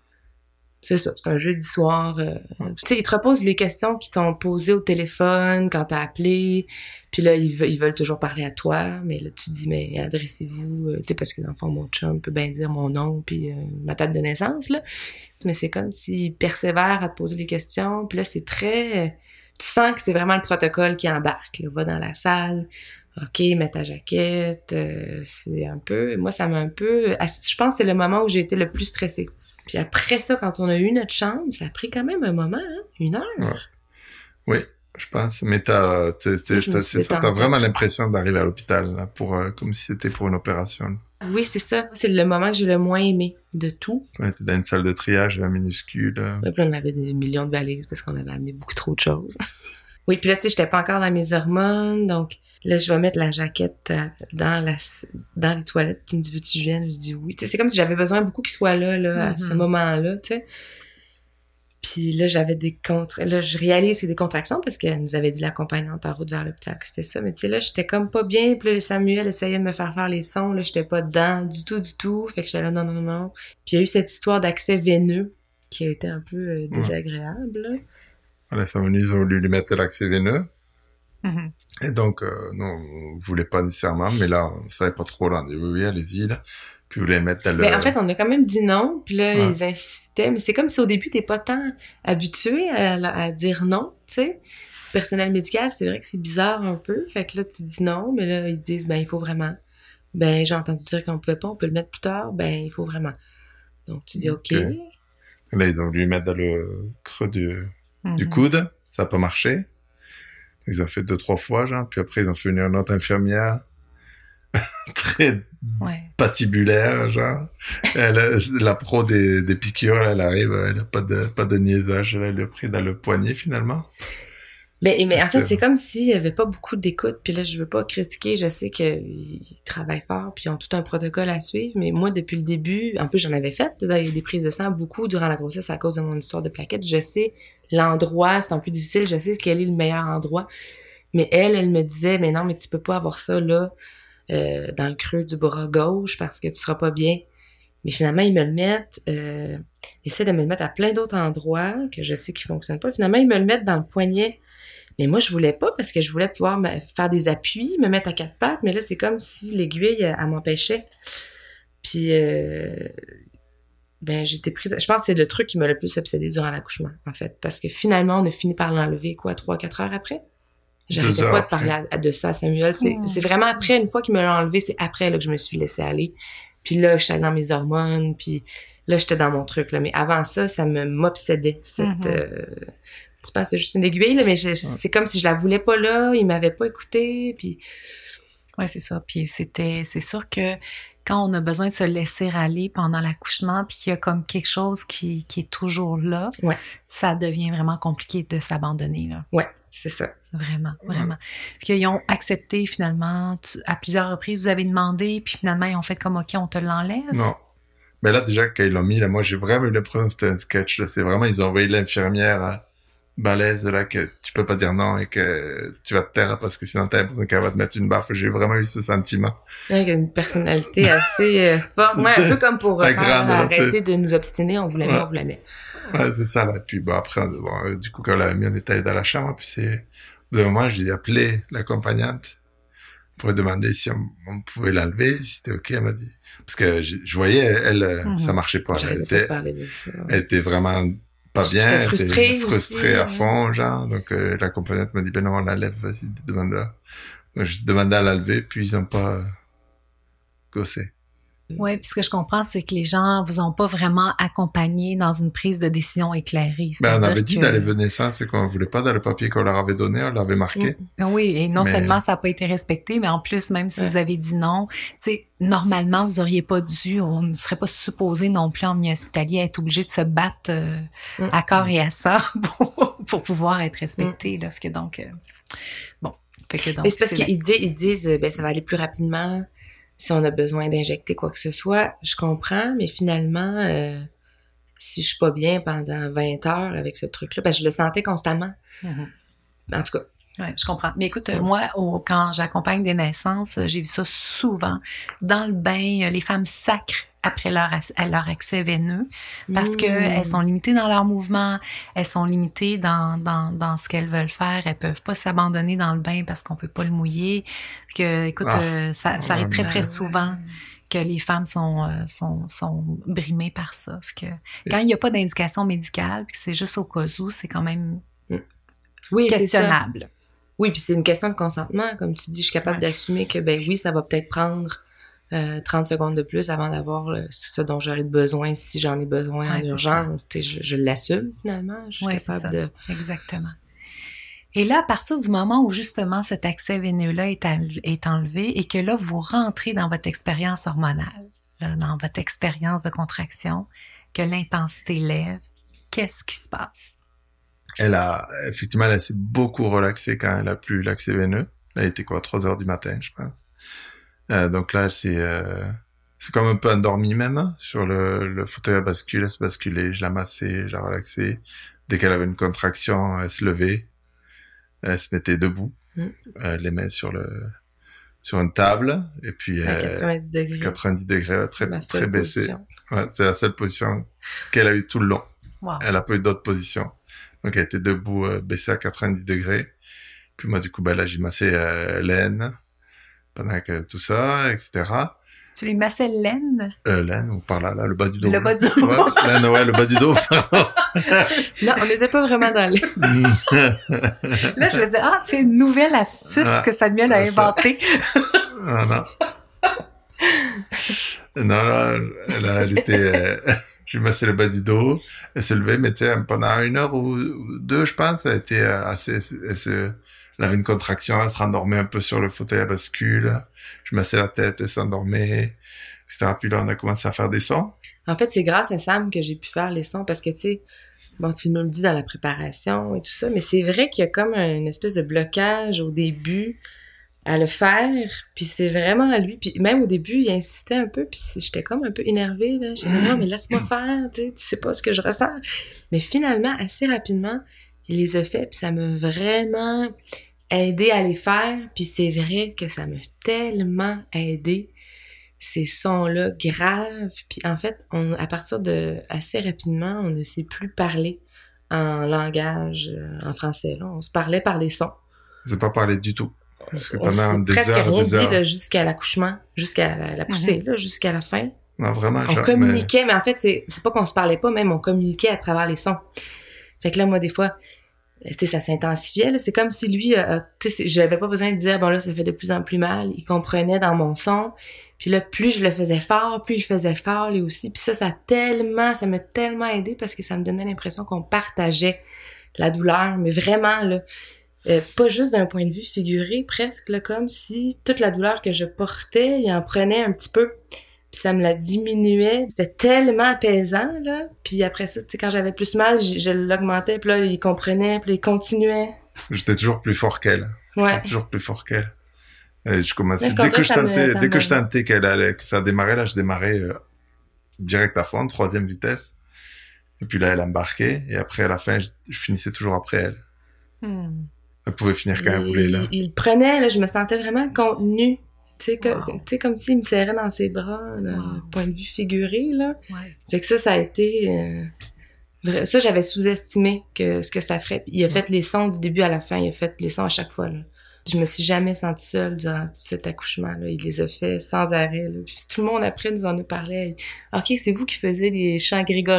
c'est ça, c'est un jeudi soir. Tu sais, ils te reposent les questions qu'ils t'ont posées au téléphone quand t'as appelé, puis là, ils veulent toujours parler à toi, mais là, tu te dis, mais adressez-vous, tu sais, parce que dans le fond, mon chum peut bien dire mon nom, puis ma date de naissance, là. Mais c'est comme s'ils persévèrent à te poser les questions, puis là, c'est très... tu sens que c'est vraiment le protocole qui embarque, là. Va dans la salle, OK, mets ta jaquette, c'est un peu... Moi, ça m'a un peu... Je pense que c'est le moment où j'ai été le plus stressée. Puis après ça, quand on a eu notre chambre, ça a pris quand même un moment, hein? 1 heure. Ouais. Oui, je pense. Mais t'as vraiment l'impression d'arriver à l'hôpital, là, comme si c'était pour une opération. Oui, c'est ça. C'est le moment que j'ai le moins aimé de tout. Ouais, t'es dans une salle de triage minuscule. Ouais, puis là, on avait des millions de valises parce qu'on avait amené beaucoup trop de choses. Oui, puis là, tu sais, j'étais pas encore dans mes hormones, donc là, je vais mettre la jaquette dans les toilettes. Tu me dis, veux-tu que je vienne? Je dis oui. Tu sais, c'est comme si j'avais besoin beaucoup qu'il soit là, à ce moment-là, tu sais. Puis là, j'avais là, je réalise que c'est des contractions parce qu'elle nous avait dit l'accompagnante en route vers l'hôpital que c'était ça. Mais tu sais, là, j'étais comme pas bien. Puis là, Samuel essayait de me faire les sons. Là, j'étais pas dedans du tout. Fait que j'étais là, non. Puis il y a eu cette histoire d'accès veineux qui a été un peu désagréable, là. Voilà, ils ont voulu lui mettre l'accès veineux. Mm-hmm. Et donc, nous, on voulait pas nécessairement, mais là, on savait pas trop. Là, on dit oui, allez-y, là. Puis vous voulez mettre dans le... Mais en fait, on a quand même dit non, puis là, ils insistaient. Mais c'est comme si au début, t'es pas tant habitué à dire non, tu sais. Personnel médical, c'est vrai que c'est bizarre un peu. Fait que là, tu dis non, mais là, ils disent, il faut vraiment. J'ai entendu dire qu'on pouvait pas, on peut le mettre plus tard. Il faut vraiment. Donc, tu dis OK. Là, ils ont voulu mettre dans le creux du coude. Ça a pas marché. Ils ont fait 2-3 fois, genre. Puis après, ils ont fait venir une autre infirmière. Très patibulaire, genre. La pro des piqûres, elle arrive, elle a pas de niaisage, elle l'a pris dans le poignet, finalement. Mais en fait, c'est comme s'il y avait pas beaucoup d'écoute, puis là, je veux pas critiquer, je sais qu'ils travaillent fort, puis ils ont tout un protocole à suivre, mais moi, depuis le début, en plus, j'en avais fait des prises de sang beaucoup durant la grossesse à cause de mon histoire de plaquettes, je sais l'endroit, c'est un peu difficile, je sais quel est le meilleur endroit, mais elle me disait, mais non, mais tu peux pas avoir ça, là, dans le creux du bras gauche, parce que tu seras pas bien. Mais finalement, ils me le mettent, essaient de me le mettre à plein d'autres endroits, que je sais qu'ils fonctionnent pas, finalement, ils me le mettent dans le poignet. Mais moi, je voulais pas parce que je voulais pouvoir faire des appuis, me mettre à 4 pattes, mais là, c'est comme si l'aiguille, elle m'empêchait. Puis, j'étais prise... Je pense que c'est le truc qui m'a le plus obsédée durant l'accouchement, en fait. Parce que finalement, on a fini par l'enlever, 3-4 heures après? J'arrêtais pas de parler de ça à Samuel. C'est vraiment après, une fois qu'il me l'a enlevé, c'est après là, que je me suis laissée aller. Puis là, j'étais dans mes hormones, puis là, j'étais dans mon truc. Là. Mais avant ça m'obsédait, Pourtant, c'est juste une aiguille, là, mais c'est comme si je la voulais pas là, il m'avait pas écouté, puis... Ouais, c'est ça. Puis c'est sûr que quand on a besoin de se laisser aller pendant l'accouchement, puis qu'il y a comme quelque chose qui est toujours là, ça devient vraiment compliqué de s'abandonner, là. Ouais, c'est ça. Vraiment. Puis qu'ils ont accepté, finalement, à plusieurs reprises, vous avez demandé, puis finalement, ils ont fait comme, OK, on te l'enlève? Non. Mais là, déjà, quand ils l'ont mis, là, moi, j'ai vraiment eu l'impression que c'était un sketch, là. C'est vraiment, ils ont envoyé l'infirmière balèze, là, que tu peux pas dire non et que tu vas te taire parce que sinon t'as l'impression qu'elle va te mettre une baffe. J'ai vraiment eu ce sentiment. Avec une personnalité assez forte. Ouais, un peu comme pour arrêter de nous obstiner, on voulait on voulait. Ouais, c'est ça, là. Puis, après, du coup, quand on l'avait mis, on était allé dans la chambre, puis au bout d'un moment, j'ai appelé l'accompagnante pour lui demander si on pouvait l'enlever, si c'était OK, elle m'a dit. Parce que je voyais, elle, ça marchait pas. Elle était vraiment pas bien, elle était frustrée à fond, genre. Donc, l'accompagnante m'a dit, non, on l'enlève, vas-y, demande-la. Donc, j'ai demandé à l'enlever, puis ils ont pas gossé. Oui, puis ce que je comprends, c'est que les gens vous ont pas vraiment accompagné dans une prise de décision éclairée. On avait dit dans les naissances qu'on voulait pas dans le papier qu'on leur avait donné, on l'avait marqué. Oui, et non seulement ça n'a pas été respecté, mais en plus, même si vous avez dit non, tu sais, normalement, vous auriez pas dû, on ne serait pas supposé non plus en milieu hospitalier être obligé de se battre à corps et à sang pour pouvoir être respecté. Là. Fait que donc, bon. Fait que donc, mais c'est parce qu'ils disent, ça va aller plus rapidement. Si on a besoin d'injecter quoi que ce soit, je comprends, mais finalement, si je suis pas bien pendant 20 heures avec ce truc-là, parce que je le sentais constamment. En tout cas. Ouais, je comprends. Mais écoute, moi, quand j'accompagne des naissances, j'ai vu ça souvent. Dans le bain, les femmes sacrent après leur accès veineux parce que elles sont limitées dans leurs mouvements, elles sont limitées dans ce qu'elles veulent faire, elles peuvent pas s'abandonner dans le bain parce qu'on peut pas le mouiller. Que, écoute, ça arrive très très souvent que les femmes sont brimées par ça. Que, quand il n'y a pas d'indication médicale, puis que c'est juste au cas où, c'est quand même questionnable. Oui, puis c'est une question de consentement, comme tu dis, je suis capable d'assumer que oui, ça va peut-être prendre 30 secondes de plus avant d'avoir ce dont j'aurais besoin si j'en ai besoin en urgence. Je l'assume finalement. Je suis capable de... Exactement. Et là, à partir du moment où justement cet accès veineux-là est enlevé et que là, vous rentrez dans votre expérience hormonale, là, dans votre expérience de contraction, que l'intensité lève, qu'est-ce qui se passe? Elle s'est beaucoup relaxée quand elle a plus l'accès veineux. Elle était 3 heures du matin, je pense. Donc là, c'est comme un peu endormie même, hein, sur le fauteuil à bascule, elle se basculait, je la massais, je la relaxais. Dès qu'elle avait une contraction, elle se levait, elle se mettait debout, les mains sur une table, et puis 90 degrés. 90 degrés, très baissée. Ouais, c'est la seule position qu'elle a eu tout le long. Wow. Elle a pas eu d'autres positions. Donc elle était debout, baissée à 90 degrés. Puis moi, du coup, là, j'ai massé l'aine pendant que tout ça, etc. Tu lui massais l'aine? L'aine, ou par là, le bas du dos. Le bas du dos. L'aine, le bas du dos, pardon. Non, on n'était pas vraiment dans l'aine. Là, je me dis, c'est une nouvelle astuce que Samuel a inventée. Non. Non, elle était... J'ai massé le bas du dos, elle s'est levée, mais tu sais, pendant 1 heure ou 2, je pense, elle était elle avait une contraction, elle se rendormait un peu sur le fauteuil à bascule. Je massais la tête, elle s'endormait, etc. Puis là, on a commencé à faire des sons. En fait, c'est grâce à Sam que j'ai pu faire les sons, parce que, tu sais, tu nous le dis dans la préparation et tout ça, mais c'est vrai qu'il y a comme une espèce de blocage au début à le faire, puis c'est vraiment à lui. Puis même au début, il insistait un peu, puis j'étais comme un peu énervée, là. J'ai dit, non, mais laisse-moi faire, tu sais pas ce que je ressens. Mais finalement, assez rapidement, il les a fait, puis ça m'a vraiment aidé à les faire, puis c'est vrai que ça m'a tellement aidé, ces sons-là graves. Puis en fait, à partir de assez rapidement, on ne sait plus parler en langage, en français, là. On se parlait par les sons. On ne s'est pas parlé du tout. Parce que on s'est presque rien dit là, jusqu'à l'accouchement, jusqu'à la poussée, là, jusqu'à la fin. Non, vraiment. On communiquait, mais en fait, c'est pas qu'on se parlait pas, même on communiquait à travers les sons. Fait que là, moi, des fois, tu sais, ça s'intensifiait, là. C'est comme si lui, tu sais, j'avais pas besoin de dire, bon là, ça fait de plus en plus mal. Il comprenait dans mon son. Puis là, plus je le faisais fort, plus il faisait fort, lui aussi. Puis ça m'a tellement aidé parce que ça me donnait l'impression qu'on partageait la douleur, mais vraiment, là. Pas juste d'un point de vue figuré, presque là, comme si toute la douleur que je portais, il en prenait un petit peu, puis ça me la diminuait. C'était tellement apaisant, là. Puis après ça, tu sais, quand j'avais plus mal, je l'augmentais, puis là, il comprenait, puis il continuait. J'étais toujours plus fort qu'elle. Ouais. Toujours plus fort qu'elle. Et je commençais, dès que je sentais que ça démarrait, là, je démarrais direct à fond, 3e vitesse. Et puis là, elle embarquait, et après, à la fin, je finissais toujours après elle. Elle pouvait finir quand elle voulait, là. Il prenait, là, je me sentais vraiment contenue. Tu sais, comme s'il me serrait dans ses bras, d'un point de vue figuré, là. Ouais. Fait que ça a été... ça, j'avais sous-estimé ce que ça ferait. Il a fait les sons du début à la fin. Il a fait les sons à chaque fois, là. Je me suis jamais sentie seule durant cet accouchement-là. Il les a fait sans arrêt, là. Puis tout le monde, après, nous en a parlé. « OK, c'est vous qui faisiez les chants grégoriens. »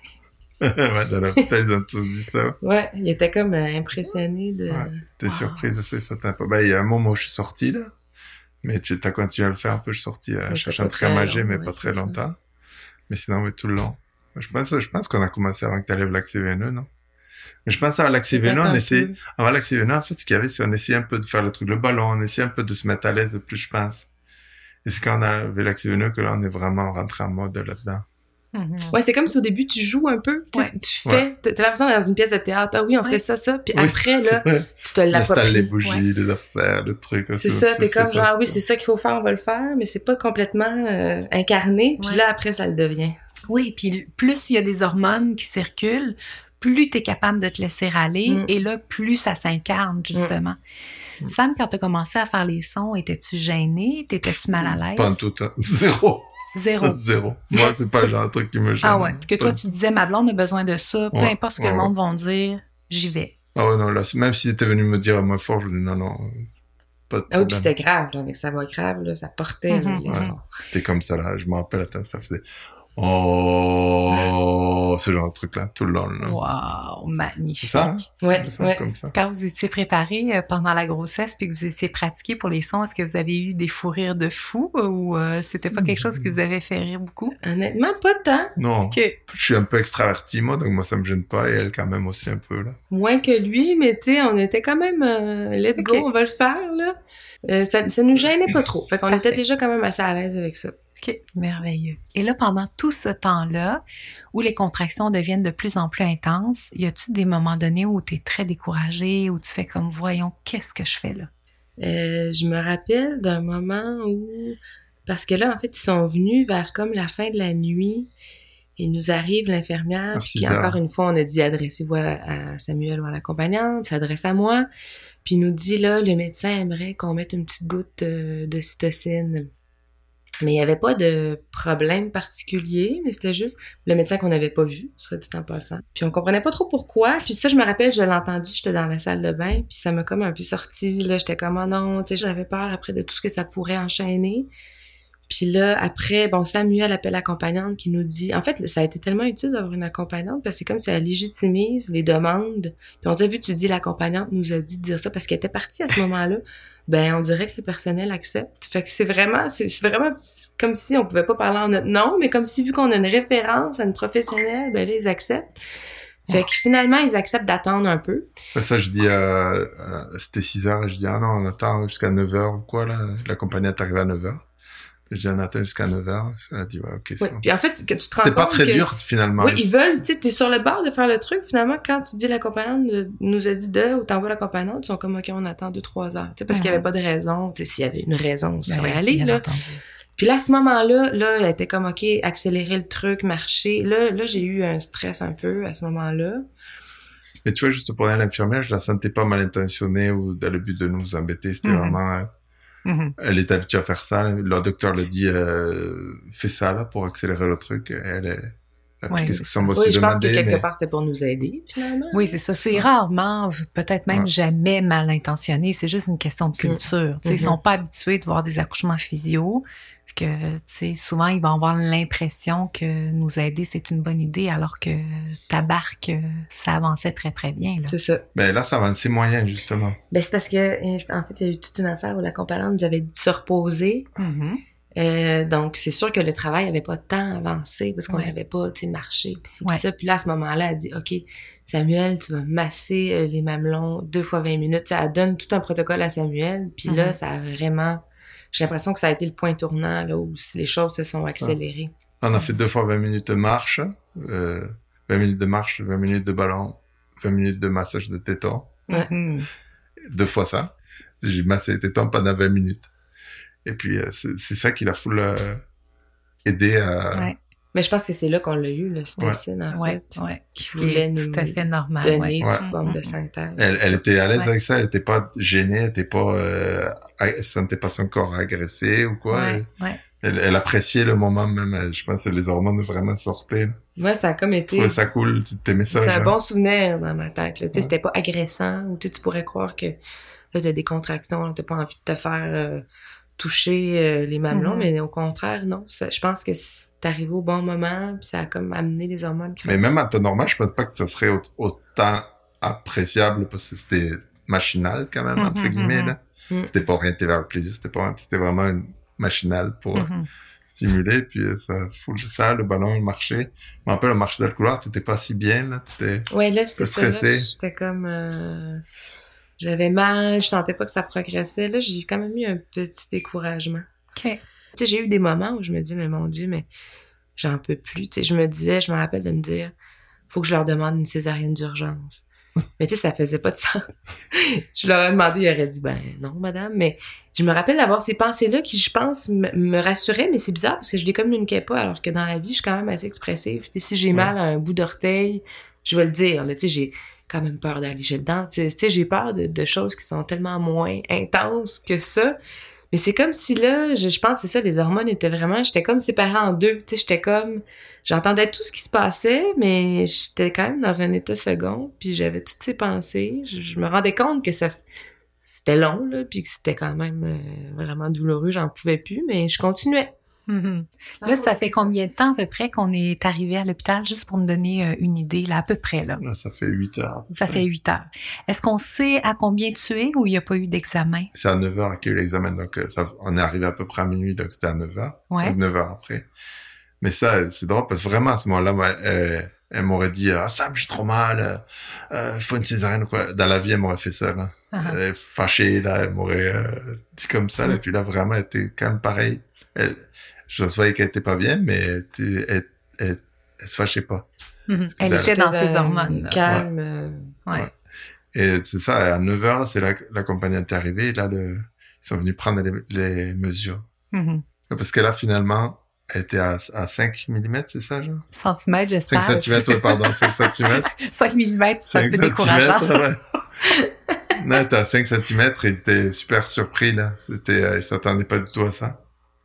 Ouais, dans l'hôpital, ils ont tous dit ça. Ouais, il était comme impressionné de... Ouais, t'es surpris de ça, ça t'a pas... il y a un moment où je suis sorti, là. Mais tu as continué à le faire un peu, je suis sorti chercher un pas truc à très manger, long, mais ouais, pas très c'est ça. longtemps. Mais sinon, oui, tout le long. Je pense qu'on a commencé avant que tu arrives l'accès veineux, non? Mais je pense à l'accès veineux, avant l'accès veineux, en fait, ce qu'il y avait, c'est qu'on essayait un peu de faire le truc, le ballon, on essayait un peu de se mettre à l'aise de plus, je pense. Et c'est quand on a arrivé l'accès veineux que là, on est vraiment rentré en mode là-dedans. Ouais, c'est comme si au début, tu joues un peu. Ouais. Tu fais... T'as l'impression d'être dans une pièce de théâtre. Ah oui, on fait ça. Puis après, là, tu te l'appropries. Installe les bougies, les affaires, le truc. C'est ça, t'es comme genre, oui, c'est ça qu'il faut faire, on va le faire, mais c'est pas complètement incarné. Puis là, après, ça le devient. Oui, puis plus il y a des hormones qui circulent, plus tu es capable de te laisser aller, et là, plus ça s'incarne, justement. Sam, quand tu as commencé à faire les sons, étais-tu gênée? T'étais-tu mal à l'aise? Pas en tout, Zéro. Moi, c'est pas le genre de truc qui me gêne. Ah ouais, puis que toi, tu disais, ma blonde a besoin de ça, peu importe ce que le monde va dire, j'y vais. Ah ouais, non, là, même s'il était venu me dire à moi fort, je dis non, pas de problème. Ah oui, puis c'était grave, là, avec sa voix grave, là, ça portait les sons. C'était comme ça, là, je me rappelle, attends, ça faisait... Oh, ce genre de truc-là, tout le long. Là. Wow, magnifique. C'est ça, hein? Ouais. Comme ça. Quand vous étiez préparé pendant la grossesse puis que vous étiez pratiqué pour les sons, est-ce que vous avez eu des fous rires de fou ou c'était pas quelque chose qui vous avait fait rire beaucoup? Honnêtement, pas tant. Non. Okay. Je suis un peu extraverti, moi, donc moi, ça me gêne pas et elle, quand même, aussi un peu, là. Moins que lui, mais tu sais, on était quand même, let's go, on va le faire, là. Ça nous gênait pas trop. Fait qu'on était déjà quand même assez à l'aise avec ça. OK, merveilleux. Et là, pendant tout ce temps-là, où les contractions deviennent de plus en plus intenses, y a-tu des moments donnés où tu es très découragée, où tu fais comme, voyons, qu'est-ce que je fais là? Je me rappelle d'un moment où... Parce que là, en fait, ils sont venus vers comme la fin de la nuit. Il nous arrive l'infirmière, qui encore une fois, on a dit adressez-vous à Samuel ou à l'accompagnante, s'adresse à moi. Puis il nous dit, là, le médecin aimerait qu'on mette une petite goutte d'ocytocine. Mais il n'y avait pas de problème particulier, mais c'était juste le médecin qu'on n'avait pas vu, soit dit en passant. Puis on comprenait pas trop pourquoi. Puis ça, je me rappelle, je l'ai entendu, j'étais dans la salle de bain, puis ça m'a comme un peu sorti. Là, j'étais comme, oh non, tu sais, j'avais peur après de tout ce que ça pourrait enchaîner. Puis là, après, bon, Samuel appelle l'accompagnante qui nous dit... En fait, ça a été tellement utile d'avoir une accompagnante parce que c'est comme si elle légitimise les demandes. Puis on dirait, vu que tu dis l'accompagnante nous a dit de dire ça parce qu'elle était partie à ce moment-là, ben on dirait que le personnel accepte. Fait que c'est vraiment comme si on pouvait pas parler en notre nom, mais comme si vu qu'on a une référence à une professionnelle, ben là, ils acceptent. Fait que finalement, ils acceptent d'attendre un peu. Ça, je dis, c'était 6h, et je dis, ah non, on attend jusqu'à 9h ou quoi, là. L'accompagnante arrive à 9h. Je dis, on attend jusqu'à 9h. Elle a dit, ouais, ok, c'est bon. Puis en fait, que tu te rends compte c'était pas très dur, finalement. Oui, ils veulent, tu sais, t'es sur le bord de faire le truc. Finalement, quand tu dis l'accompagnante nous a dit ou t'envoies l'accompagnante, ils sont comme, ok, on attend 2-3 heures. Tu sais, parce qu'il y avait pas de raison. Tu sais, s'il y avait une raison, ça aurait allé, là. Puis là, à ce moment-là, elle était comme, ok, accélérer le truc, marcher. Là, j'ai eu un stress un peu à ce moment-là. Mais tu vois, juste pour aller à l'infirmière, je la sentais pas mal intentionnée ou dans le but de nous embêter. C'était vraiment... Elle est habituée à faire ça. Le docteur le dit, fais ça là pour accélérer le truc. Qu'est-ce que ça va se demander? Je pense que quelque part c'était pour nous aider finalement. Oui, c'est ça. C'est rarement, peut-être même jamais mal intentionné. C'est juste une question de culture. Ils sont pas habitués de voir des accouchements physio. Que, tu sais, souvent, ils vont avoir l'impression que nous aider, c'est une bonne idée, alors que ta barque, ça avançait très, très bien, là. C'est ça. Ben là, ça avançait moyen, justement. Ben, c'est parce que, en fait, il y a eu toute une affaire où l'accompagnante nous avait dit de se reposer. Donc, c'est sûr que le travail avait pas tant avancé parce qu'on n'avait pas, tu sais, marché, puis ça. Puis là, à ce moment-là, elle dit, OK, Samuel, tu vas masser les mamelons 2 fois 20 minutes. T'sais, elle donne tout un protocole à Samuel, puis là, ça a vraiment... J'ai l'impression que ça a été le point tournant, là, où les choses se sont accélérées. On a fait 2 fois 20 minutes de marche, 20 minutes de marche, 20 minutes de ballon, 20 minutes de massage de téton. 2 fois ça. J'ai massé les tétons pendant 20 minutes. Et puis, c'est ça qui l'a full aidé à... Ouais. Mais je pense que c'est là qu'on l'a eu, le cytocine, en fait. Qui voulait nous tout à fait normal, donner sous forme de synthèse. Elle était à l'aise avec ça, elle était pas gênée, elle était pas, elle sentait pas son corps agressé ou quoi. Elle appréciait le moment même, je pense que les hormones vraiment sortaient. Moi, ça a comme été... Je trouvais ça cool, tes messages. C'est un bon souvenir dans ma tête, là. Tu sais, c'était pas agressant, ou tu pourrais croire que là, t'as des contractions, t'as pas envie de te faire toucher les mamelons, mais au contraire, non. Ça, je pense que c'est arrivé au bon moment, puis ça a comme amené les hormones. Mais même en temps normal, je pense pas que ça serait autant appréciable, parce que c'était machinal quand même, entre guillemets, là. C'était pas orienté vers le plaisir, c'était vraiment machinal pour stimuler, puis ça, le ballon, le marché. Je me rappelle, le marché dans le couloir, t'étais pas si bien, là, Ouais, là, c'était stressé. Ça, j'étais comme, j'avais mal, je sentais pas que ça progressait. Là, j'ai quand même eu un petit découragement. OK. Tu sais, j'ai eu des moments où je me dis, mais mon Dieu, mais j'en peux plus. Tu sais, je me rappelle de me dire, faut que je leur demande une césarienne d'urgence. Mais tu sais, ça faisait pas de sens. Je leur ai demandé, ils auraient dit, ben non, madame. Mais je me rappelle d'avoir ces pensées-là qui, je pense, me rassuraient, mais c'est bizarre parce que je les communiquais pas, alors que dans la vie, je suis quand même assez expressive. Tu sais, si j'ai mal à un bout d'orteil, je vais le dire. Là, tu sais, j'ai quand même peur d'aller chez le dentiste. Tu sais, j'ai peur de choses qui sont tellement moins intenses que ça. Mais c'est comme si là, je pense que c'est ça, les hormones étaient vraiment, j'étais comme séparée en deux. Tu sais, j'étais comme, j'entendais tout ce qui se passait, mais j'étais quand même dans un état second, puis j'avais toutes ces pensées. Je me rendais compte que c'était long, là, puis que c'était quand même vraiment douloureux, j'en pouvais plus, mais je continuais. Mm-hmm. Là, ça fait combien de temps à peu près qu'on est arrivé à l'hôpital, juste pour me donner une idée, là, à peu près, là? Là, ça fait 8 heures. Ça fait 8 heures. Est-ce qu'on sait à combien tu es ou il n'y a pas eu d'examen? C'est à 9 heures qu'il y a eu l'examen, donc on est arrivé à peu près à minuit, donc c'était à 9 heures. Ouais. Donc 9 heures après. Mais ça, c'est drôle, parce que vraiment, à ce moment-là, moi, elle m'aurait dit, ah, Sam, j'ai trop mal, faut une césarienne ou quoi. Dans la vie, elle m'aurait fait ça, là. Elle est fâchée, là, elle m'aurait dit comme ça, là. Puis là, vraiment, elle était calme, pareil. Je voyais qu'elle était pas bien, mais elle se fâchait pas. Elle était dans ses hormones. Calme. Ouais. Et c'est ça, à 9 heures, c'est là que l'accompagnante est arrivée, et là, ils sont venus prendre les mesures. Parce que là, finalement, elle était à 5 mm, c'est ça, genre? Centimètres, j'espère. 5 cm, oui, pardon, 5 cm. 5 mm, c'est un peu décourageant. Ouais. Non, elle était à 5 cm, et ils étaient super surpris, là. Ils s'attendaient pas du tout à ça.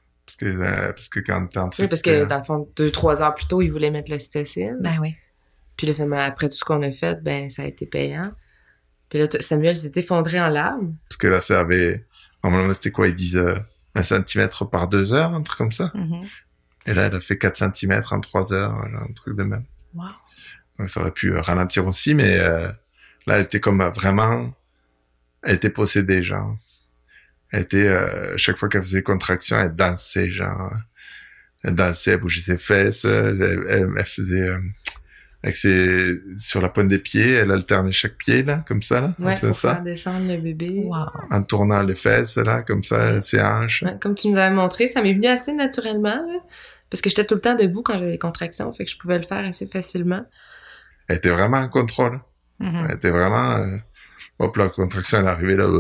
Parce que quand t'es en train oui, parce que dans le fond, 2-3 heures plus tôt, ils voulaient mettre l'ocytocine. Ben oui. Puis là, après tout ce qu'on a fait, ben ça a été payant. Puis là, Samuel s'est effondré en larmes. Parce que là, ça avait... Normalement, c'était quoi? Ils disent 1 cm par 2 heures, un truc comme ça. Et là, elle a fait 4 cm en 3 heures, un truc de même. Wow. Donc, ça aurait pu ralentir aussi, mais là, elle était comme vraiment... Elle était possédée, genre. Elle était... chaque fois qu'elle faisait contraction, elle dansait, genre. Elle dansait, elle bougeait ses fesses, elle faisait... sur la pointe des pieds, elle alternait chaque pied, là, comme ça, là. Ouais, comme pour faire descendre le bébé. Wow. En tournant les fesses, là, comme ça, ses hanches. Ouais, comme tu nous avais montré, ça m'est venu assez naturellement, là, parce que j'étais tout le temps debout quand j'avais les contractions, fait que je pouvais le faire assez facilement. Elle était vraiment en contrôle. Elle était vraiment... hop, la contraction, elle arrivait là...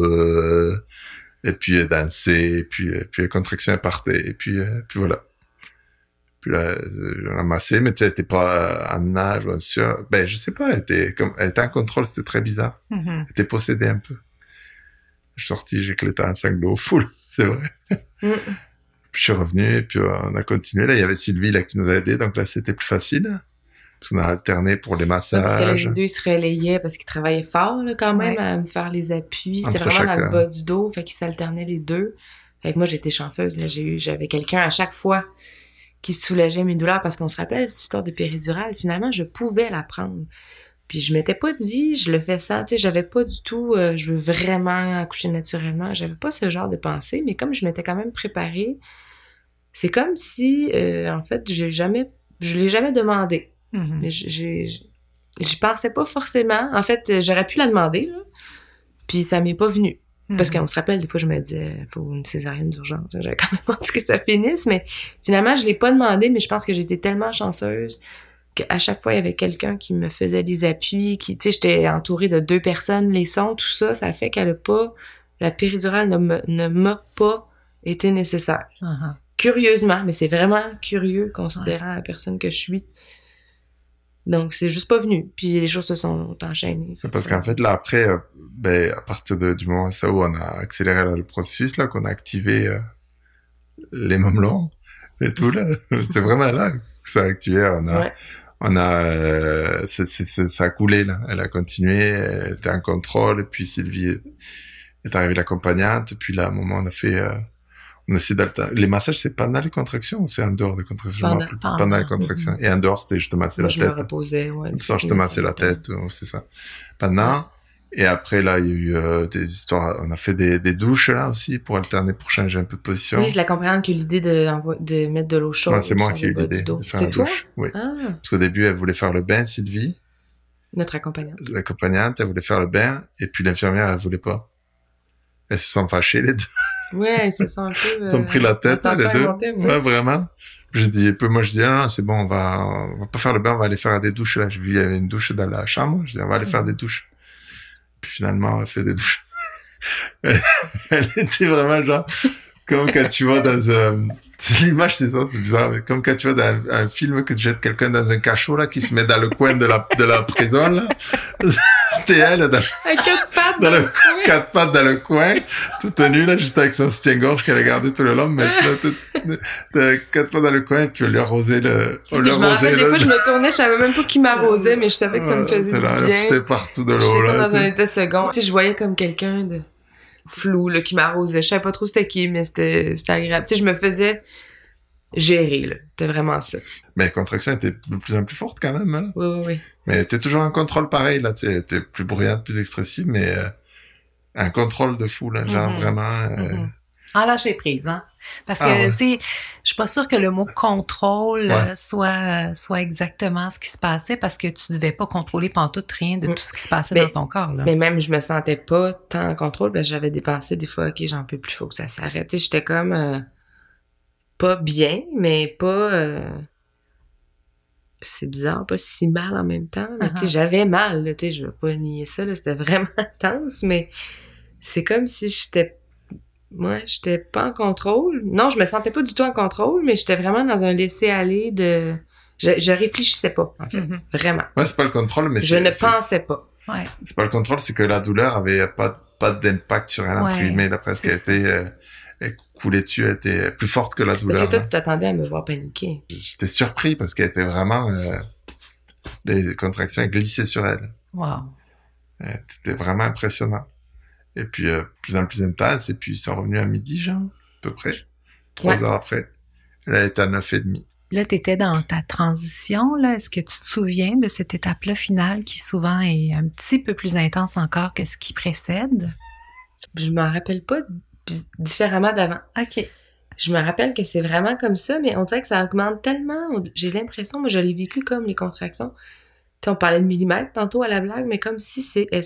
et puis elle dansait, et puis la contraction, elle partait, et puis voilà. Puis là, je ramassais, mais tu sais, elle était pas en nage ou en sueur. Ben, je sais pas, elle était en contrôle, c'était très bizarre. Elle était possédée un peu. Je suis sorti, j'ai éclaté en sanglots, full, c'est vrai. Puis je suis revenu, et puis on a continué. Là, il y avait Sylvie, là, qui nous a aidés, donc là, c'était plus facile. Parce qu'on a alterné pour les massages. Parce que les deux, ils se relayaient, parce qu'ils travaillaient fort, là, quand même, à me faire les appuis. C'était Entre vraiment dans le bas du dos, fait qu'ils s'alternaient les deux. Fait que moi, j'étais chanceuse, là, j'avais quelqu'un à chaque fois qui soulageait mes douleurs, parce qu'on se rappelle cette histoire de péridurale, finalement, je pouvais la prendre. Puis je m'étais pas dit, je le fais sans, tu sais, j'avais pas du tout, je veux vraiment accoucher naturellement, j'avais pas ce genre de pensée, mais comme je m'étais quand même préparée, c'est comme si, en fait, je l'ai jamais demandé. J'y pensais pas forcément. En fait, j'aurais pu la demander, là, puis ça m'est pas venu. Parce qu'on se rappelle, des fois, je me disais, faut une césarienne d'urgence. J'avais quand même hâte que ça finisse, mais finalement, je l'ai pas demandé, mais je pense que j'étais tellement chanceuse qu'à chaque fois, il y avait quelqu'un qui me faisait les appuis, tu sais, j'étais entourée de 2 personnes, les sons, tout ça, ça fait la péridurale ne m'a pas été nécessaire. Curieusement, mais c'est vraiment curieux, considérant la personne que je suis. Donc, c'est juste pas venu. Puis les choses se sont enchaînées. Parce qu'en fait, là, après, à partir du moment où on a accéléré le processus, là, qu'on a activé les mamelons et tout, là, c'est vraiment là que ça a activé. Ça a coulé, là. Elle a continué, elle était en contrôle, et puis Sylvie est arrivée l'accompagnante, puis là, à un moment, on a fait... on essaie d'alterner. Les massages, c'est pendant les contractions ou c'est en dehors des contractions? Pendant les contractions. Et en dehors, c'était je te massais la tête. Je me reposais, ouais. Ça, je te massais la tête, c'est ça. Pendant, Et après, là, il y a eu des histoires. On a fait des douches, là, aussi, pour alterner, pour changer un peu de position. Oui, c'est la compagnie qui a eu l'idée de mettre de l'eau chaude. Ouais, c'est moi sur qui ai le eu bas l'idée du dos. de faire C'est la toi? douche. Oui. Ah, Parce qu'au début, elle voulait faire le bain, Sylvie. notre accompagnante. L'accompagnante, elle voulait faire le bain. Et puis l'infirmière, elle voulait pas. Elles se sont fâchées, les deux. Ouais, ils se sont un peu... Ils ont pris la tête, tension les deux. est montée un peu. Ouais, vraiment. Je dis ah, non, c'est bon, on va pas faire le bain, on va aller faire des douches, là. J'ai vu, il y avait une douche dans la chambre. Je dis, on va aller faire des douches. Puis finalement, elle fait des douches. Elle était vraiment genre, comme quand tu vas dans l'image, c'est ça, c'est bizarre, mais comme quand tu vas dans un film que tu jettes quelqu'un dans un cachot, là, qui se met dans le coin de la prison, là. C'était elle, À quatre pattes dans dans le le coin. quatre pattes dans le coin, toute nue, là, juste avec son soutien-gorge qu'elle a gardé tout le long, mais sinon, quatre pattes dans le coin, et puis on lui arrosait Je me rappelle, des fois, je me tournais, je savais même pas qui m'arrosait, mais je savais que ça me faisait du Elle bien. foutait partout de l'eau, J'étais là. comme dans un état second. Tu sais, je voyais comme quelqu'un de flou, là, qui m'arrosait. Je savais pas trop c'était qui, mais c'était agréable. Tu sais, je me faisais gérer, là. C'était vraiment ça. Mais la contraction était de plus en plus forte, quand même, hein. Oui, oui, oui. Mais elle était toujours en contrôle pareil, là, tu sais, elle était plus bruyante, plus expressive, mais un contrôle de fou, là, genre vraiment... En lâcher prise, hein? Parce que, ouais. tu sais, je suis pas sûre que le mot contrôle Ouais. soit exactement ce qui se passait parce que tu devais pas contrôler pantoute rien de tout ce qui se passait Mais- dans ton corps, là. Mais même, je me sentais pas tant en contrôle, parce que j'avais des pensées, des fois, OK, j'en peux plus, faut que ça s'arrête. Tu sais, j'étais comme pas bien, mais pas... c'est bizarre, pas si mal en même temps. Mais tu sais, j'avais mal, là, tu sais, je vais pas nier ça, là, c'était vraiment intense, mais c'est comme si j'étais pas en contrôle. Non, je me sentais pas du tout en contrôle, mais j'étais vraiment dans un laisser-aller de... Je réfléchissais pas, en fait. Mhm. Vraiment. Ouais, c'est pas le contrôle, mais Je ne pensais pas. Ouais. c'est pas le contrôle, c'est que la douleur avait pas d'impact sur elle, entre Ouais, guillemets, d'après ce qu'elle c'est était... elle coulait dessus, elle était plus forte que la Parce douleur. que toi, là. tu t'attendais à me voir paniquer. J'étais surpris parce qu'elle était vraiment... les contractions glissaient sur elle. Wow. C'était vraiment impressionnant. Et puis, plus en plus intense, et puis ils sont revenus à midi, genre, à peu près. 3 heures après. Elle était à 9h30. Là, t'étais dans ta transition, là. Est-ce que tu te souviens de cette étape-là finale qui souvent est un petit peu plus intense encore que ce qui précède? Je m'en rappelle pas différemment d'avant. OK. Je me rappelle que c'est vraiment comme ça, mais on dirait que ça augmente tellement. J'ai l'impression, moi, je l'ai vécu comme les contractions. Tu sais, on parlait de millimètres tantôt à la blague, mais comme si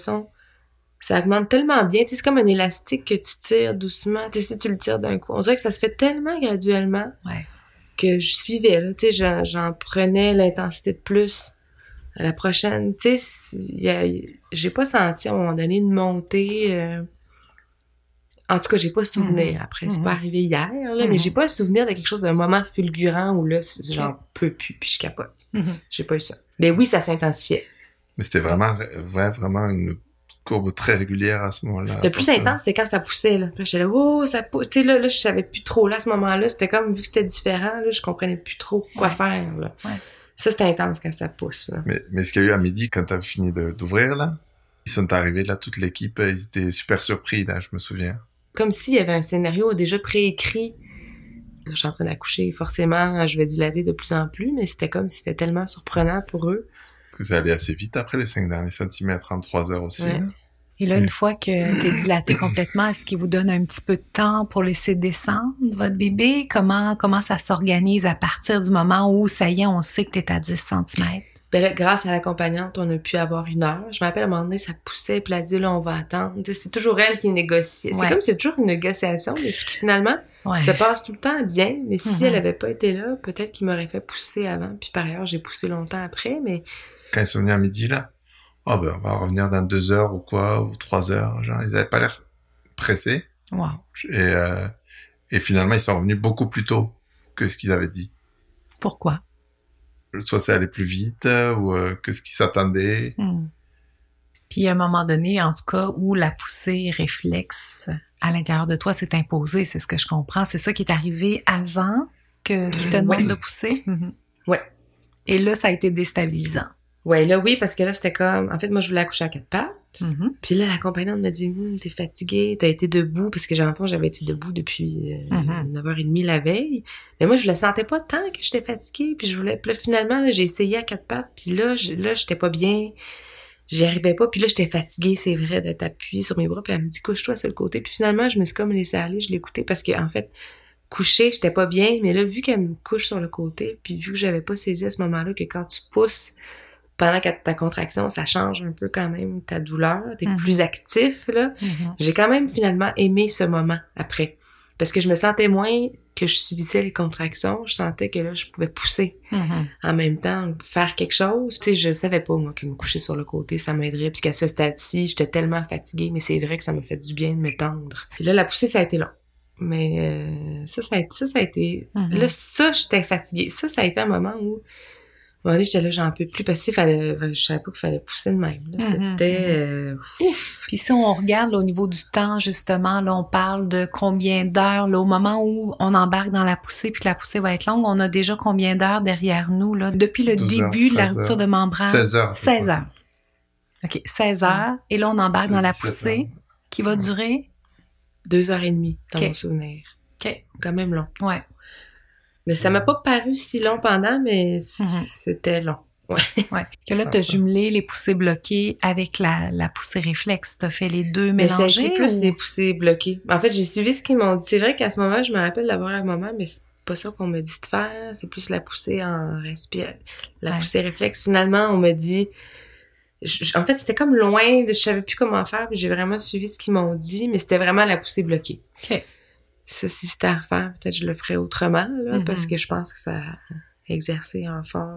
ça augmente tellement bien. Tu sais, c'est comme un élastique que tu tires doucement. Tu sais, si tu le tires d'un coup. On dirait que ça se fait tellement graduellement Ouais. que je suivais, là. Tu sais, j'en prenais l'intensité de plus à la prochaine. Tu sais, j'ai pas senti à un moment donné une montée... En tout cas, j'ai pas souvenir. Après, c'est pas arrivé hier, là, mais j'ai pas souvenir de quelque chose d'un moment fulgurant où là, j'en peux plus, puis je capote. J'ai pas eu ça. Mais oui, ça s'intensifiait. Mais c'était vraiment une courbe très régulière à ce moment-là. Le plus intense, c'est quand ça poussait, là. Là, j'étais là, oh, ça pousse. Tu sais, là, je savais plus trop. Là, à ce moment-là, c'était comme, vu que c'était différent, là, je comprenais plus trop quoi faire, là. Ouais. Ça, c'était intense quand ça pousse, là. Mais ce qu'il y a eu à midi, quand t'as fini d'ouvrir, là, ils sont arrivés, là, toute l'équipe, ils étaient super surpris, là, je me souviens. Comme s'il y avait un scénario déjà préécrit. Je suis en train d'accoucher, forcément, je vais dilater de plus en plus, mais c'était comme si c'était tellement surprenant pour eux. Parce que ça allait assez vite après les 5 derniers centimètres en 3 heures aussi, Ouais. là. Et là, une fois que t'es dilaté complètement, est-ce qu'il vous donne un petit peu de temps pour laisser descendre votre bébé? Comment ça s'organise à partir du moment où, ça y est, on sait que t'es à 10 cm? Ben là, grâce à l'accompagnante, on a pu avoir 1 heure. Je me rappelle, à un moment donné, ça poussait, puis elle a dit, là, on va attendre. Tu sais, c'est toujours elle qui négocie. C'est comme si c'est toujours une négociation, mais qui finalement se passe tout le temps bien. Mais si elle avait pas été là, peut-être qu'il m'aurait fait pousser avant. Puis par ailleurs, j'ai poussé longtemps après, mais... Quand ils sont venus à midi, là, on va revenir dans 2 heures ou quoi, ou 3 heures, genre, ils avaient pas l'air pressés. Wow. Et finalement, ils sont revenus beaucoup plus tôt que ce qu'ils avaient dit. Pourquoi? Soit ça allait plus vite, ou que ce qu'ils s'attendaient. Puis à un moment donné, en tout cas, où la poussée réflexe à l'intérieur de toi s'est imposée, c'est ce que je comprends. C'est ça qui est arrivé avant qu'ils te demandent de pousser? Ouais. Et là, ça a été déstabilisant. Ouais, là, oui, parce que là, c'était comme... En fait, moi, je voulais accoucher à 4 pattes. Puis là, l'accompagnante m'a dit, t'es fatiguée, t'as été debout, parce que j'avais été debout depuis 9h30 la veille. Mais moi, je le sentais pas tant que j'étais fatiguée, puis je voulais... Puis là, finalement, là, j'ai essayé à 4 pattes, puis là, j'étais pas bien. j'y arrivais pas. Puis là, j'étais fatiguée, c'est vrai, d'être appuyée sur mes bras. Puis elle me dit, couche-toi sur le côté. Puis finalement, je me suis comme laissée aller, je l'écoutais parce qu'en fait, coucher, j'étais pas bien. Mais là, vu qu'elle me couche sur le côté, puis vu que j'avais pas saisi à ce moment-là que quand tu pousses pendant ta contraction, ça change un peu quand même ta douleur. T'es plus actif, là. J'ai quand même finalement aimé ce moment après. Parce que je me sentais moins que je subissais les contractions. Je sentais que là, je pouvais pousser en même temps, faire quelque chose. Tu sais, je savais pas, moi, que me coucher sur le côté, ça m'aiderait. Puis qu'à ce stade-ci, j'étais tellement fatiguée. Mais c'est vrai que ça m'a fait du bien de me tendre. Puis là, la poussée, ça a été long. Mais ça a été... Là, ça, j'étais fatiguée. Ça a été un moment où... À un moment donné, j'étais là, j'en peux plus, parce que je savais pas qu'il fallait pousser de même. Là. C'était... Puis si on regarde là, au niveau du temps, justement, là, on parle de combien d'heures, là, au moment où on embarque dans la poussée, puis que la poussée va être longue, on a déjà combien d'heures derrière nous, là, depuis le début de la rupture de membrane? 16 heures. 16 heures. OK, 16 heures. Et là, on embarque dans la poussée, qui va durer? 2h30, dans mon souvenir. OK. Quand même long. Ouais. Mais ça m'a pas paru si long pendant, mais c'était long. Ouais. Que là, t'as jumelé les poussées bloquées avec la poussée réflexe. T'as fait les deux mélangés? Mais ça a été plus les poussées bloquées. En fait, j'ai suivi ce qu'ils m'ont dit. C'est vrai qu'à ce moment, je me rappelle d'avoir un moment, mais c'est pas ça qu'on me dit de faire. C'est plus la poussée en respire. La poussée réflexe. Finalement, on me dit... en fait, c'était comme loin. Je savais plus comment faire, puis j'ai vraiment suivi ce qu'ils m'ont dit, mais c'était vraiment la poussée bloquée. OK. Ça, si c'était à refaire, peut-être je le ferais autrement, là, parce que je pense que ça a exercé un fort...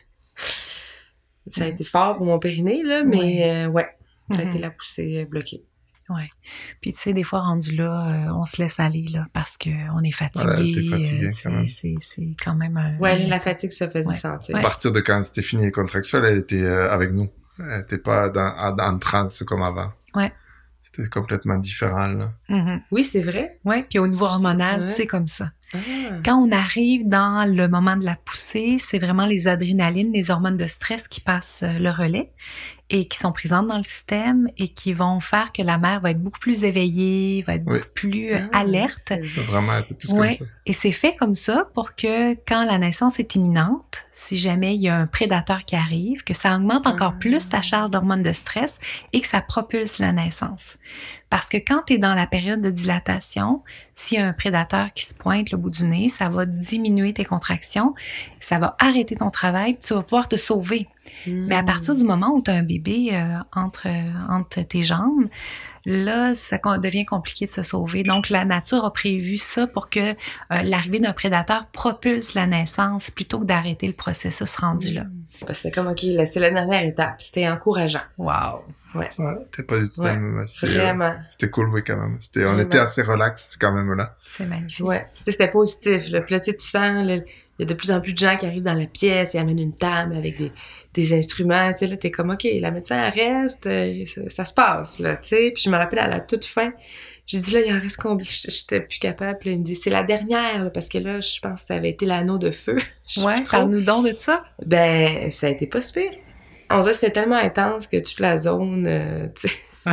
ça a été fort pour mon périnée, là, mais ça a été la poussée bloquée. Ouais. Puis tu sais, des fois, rendu là, on se laisse aller, là, parce qu'on est fatigué. Voilà, t'es fatigué, quand même. C'est quand même un... Ouais, la fatigue se faisait sentir. À partir de quand c'était fini les contractions, elle était avec nous. Elle était pas en transe comme avant. Ouais. C'était complètement différent, là. Oui, c'est vrai. Oui, puis au niveau hormonal, c'est comme ça. Quand on arrive dans le moment de la poussée, c'est vraiment les adrénalines, les hormones de stress qui passent le relais et qui sont présentes dans le système et qui vont faire que la mère va être beaucoup plus éveillée, va être beaucoup plus alerte. Vraiment être plus comme ça. Et c'est fait comme ça pour que quand la naissance est imminente, si jamais il y a un prédateur qui arrive, que ça augmente encore plus ta charge d'hormones de stress et que ça propulse la naissance. Parce que quand tu es dans la période de dilatation, s'il y a un prédateur qui se pointe le bout du nez, ça va diminuer tes contractions, ça va arrêter ton travail, tu vas pouvoir te sauver. Mais à partir du moment où tu as un bébé entre tes jambes, là, ça devient compliqué de se sauver. Donc, la nature a prévu ça pour que l'arrivée d'un prédateur propulse la naissance plutôt que d'arrêter le processus rendu là. C'était comme, OK, là, c'est la dernière étape. C'était encourageant. Wow! Ouais, t'es pas du tout dans le même. Vraiment. C'était cool, oui, quand même. On était assez relax quand même là. C'est magnifique. Ouais, c'était positif. Là. Puis là, tu sens, il y a de plus en plus de gens qui arrivent dans la pièce, ils amènent une table avec des instruments. Tu sais, là, t'es comme, OK, la médecin, elle reste, ça se passe, là, tu sais. Puis je me rappelle à la toute fin, j'ai dit, là, il en reste combien? J'étais plus capable. Puis là, il me dit, c'est la dernière, là, parce que là, je pense que ça avait été l'anneau de feu. Ouais, parle-nous donc de ça. Ben, ça a été pas super. On dirait que c'était tellement intense que toute la zone, tu sais,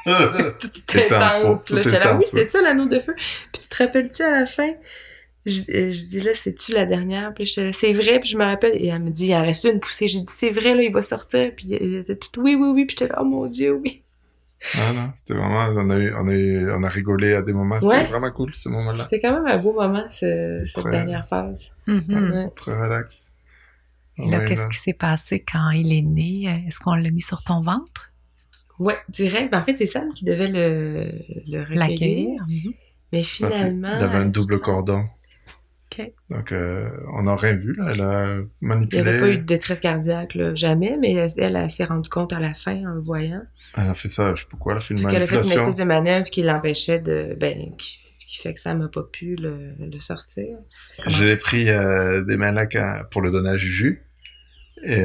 tout intense. Là. J'étais là, oui, c'était ça l'anneau de feu. Puis tu te rappelles-tu à la fin? Je dis là, c'est-tu la dernière? Puis j'étais là, c'est vrai. Puis je me rappelle, et elle me dit, il en reste une poussée. J'ai dit, c'est vrai, là, il va sortir. Puis il était tout, oui. Puis j'étais là, oh mon Dieu, oui. Ah non, c'était vraiment, on a rigolé à des moments. C'était vraiment cool, ce moment-là. C'était quand même un beau moment, cette dernière phase. Très relax. Là, qu'est-ce qui s'est passé quand il est né? Est-ce qu'on l'a mis sur ton ventre? Ouais, direct. Ben, en fait, c'est Sam qui devait le recueillir. L'accueillir. Mais finalement... Il avait un double cordon. OK. Donc, on n'a rien vu, là. Elle a manipulé. Il n'y avait pas eu de détresse cardiaque, là, jamais, mais elle s'est rendue compte à la fin en le voyant. Elle a fait ça, je sais pas quoi, elle a fait une manipulation. Elle a fait une espèce de manœuvre qui l'empêchait qui fait que ça m'a pas pu le sortir. Je l'ai pris des Malac pour le donner à Juju. Et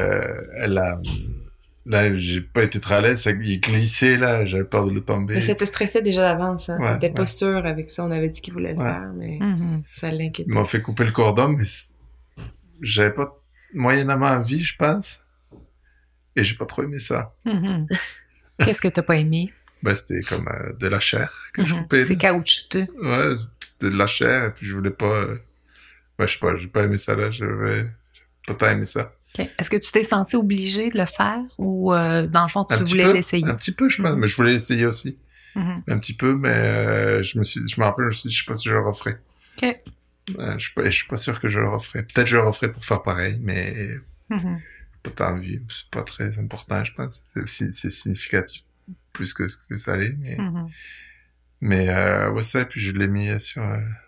là, j'ai pas été très à l'aise, il glissait, là, j'avais peur de le tomber. Mais ça te stressait déjà d'avance, hein. On était pas sûr avec ça, on avait dit qu'il voulait le faire, mais ça l'inquiétait. Ils m'ont fait couper le cordon, mais j'avais pas moyennement envie, je pense. Et j'ai pas trop aimé ça. Qu'est-ce que t'as pas aimé? Ben, c'était comme de la chair que je coupais. C'est caoutchouteux. Ouais, c'était de la chair, et puis je voulais pas... je sais pas, j'ai pas aimé ça, là, j'avais pas tant aimé ça. Okay. Est-ce que tu t'es senti obligée de le faire ou dans le fond tu voulais l'essayer? Un petit peu, je pense, mais je voulais l'essayer aussi. Un petit peu, mais je me rappelle, je sais pas si je le referai. OK. Je suis pas sûr que je le referai. Peut-être que je le referai pour faire pareil, mais pas tant envie. C'est pas très important, je pense. C'est significatif plus que ce que ça allait, mais ouais, ça, puis je l'ai mis sur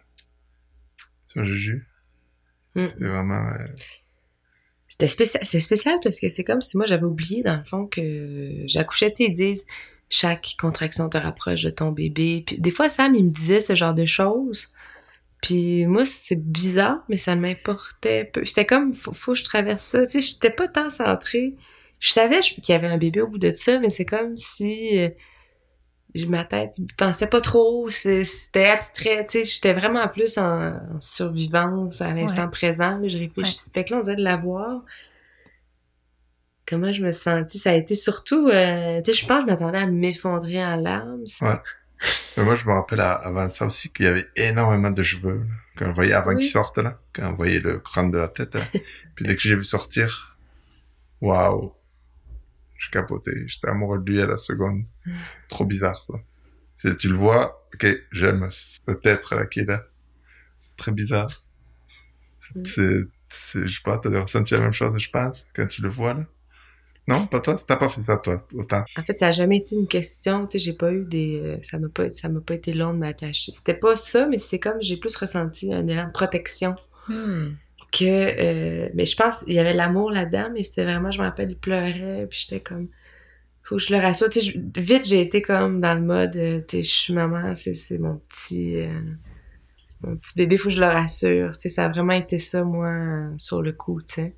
Juju. C'était vraiment... C'est spécial parce que c'est comme si moi j'avais oublié dans le fond que j'accouchais, tu sais, ils disent chaque contraction te rapproche de ton bébé. Puis des fois Sam il me disait ce genre de choses. Puis moi c'est bizarre mais ça m'importait peu. J'étais comme faut que je traverse ça, tu sais, j'étais pas tant centrée. Je savais qu'il y avait un bébé au bout de ça mais c'est comme si ma tête je pensais pas trop, c'était abstrait, tu sais, j'étais vraiment plus en survivance à l'instant présent, là, je réfléchissais. Fait que là on dirait de la voir. Comment je me suis sentie, ça a été surtout tu sais, je pense que je m'attendais à m'effondrer en larmes. Ouais. Mais moi je me rappelle avant ça aussi qu'il y avait énormément de cheveux là, quand on voyait avant qu'ils sortent là, quand on voyait le crâne de la tête là. Puis dès que j'ai vu sortir, waouh, je capotais, j'étais amoureux de lui à la seconde. Trop bizarre ça. Tu le vois, ok, j'aime cet être là qui est là. C'est très bizarre. Je sais pas, t'as ressenti la même chose, je pense, quand tu le vois là. Non, pas toi, t'as pas fait ça toi, autant. En fait, ça a jamais été une question, tu sais, j'ai pas eu ça m'a pas été long de m'attacher. C'était pas ça, mais c'est comme j'ai plus ressenti un élan de protection. Que mais je pense il y avait l'amour là-dedans, mais c'était vraiment, je me rappelle, il pleurait, puis j'étais comme faut que je le rassure, tu sais, vite j'ai été comme dans le mode tu sais, je suis maman, c'est mon petit bébé, faut que je le rassure, tu sais, ça a vraiment été ça moi sur le coup, tu sais.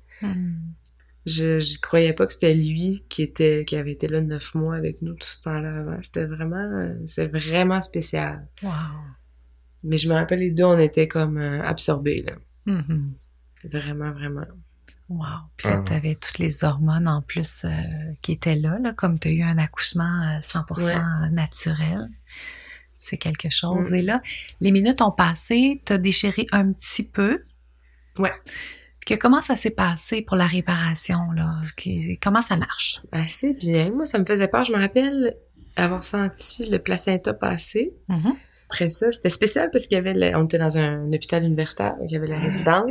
Je croyais pas que c'était lui qui avait été là 9 mois avec nous tout ce temps-là avant. C'est vraiment spécial. Wow. Mais je me rappelle, les deux, on était comme absorbés, là. Vraiment, vraiment. Wow. Puis là, t'avais toutes les hormones en plus qui étaient là, comme t'as eu un accouchement 100% naturel. C'est quelque chose. Et là, les minutes ont passé, t'as déchiré un petit peu. Ouais. Comment ça s'est passé pour la réparation, là? Comment ça marche? Assez bien. Moi, ça me faisait peur. Je me rappelle avoir senti le placenta passer. Après ça, c'était spécial parce qu'il y avait on était dans un hôpital universitaire, donc il y avait la résidente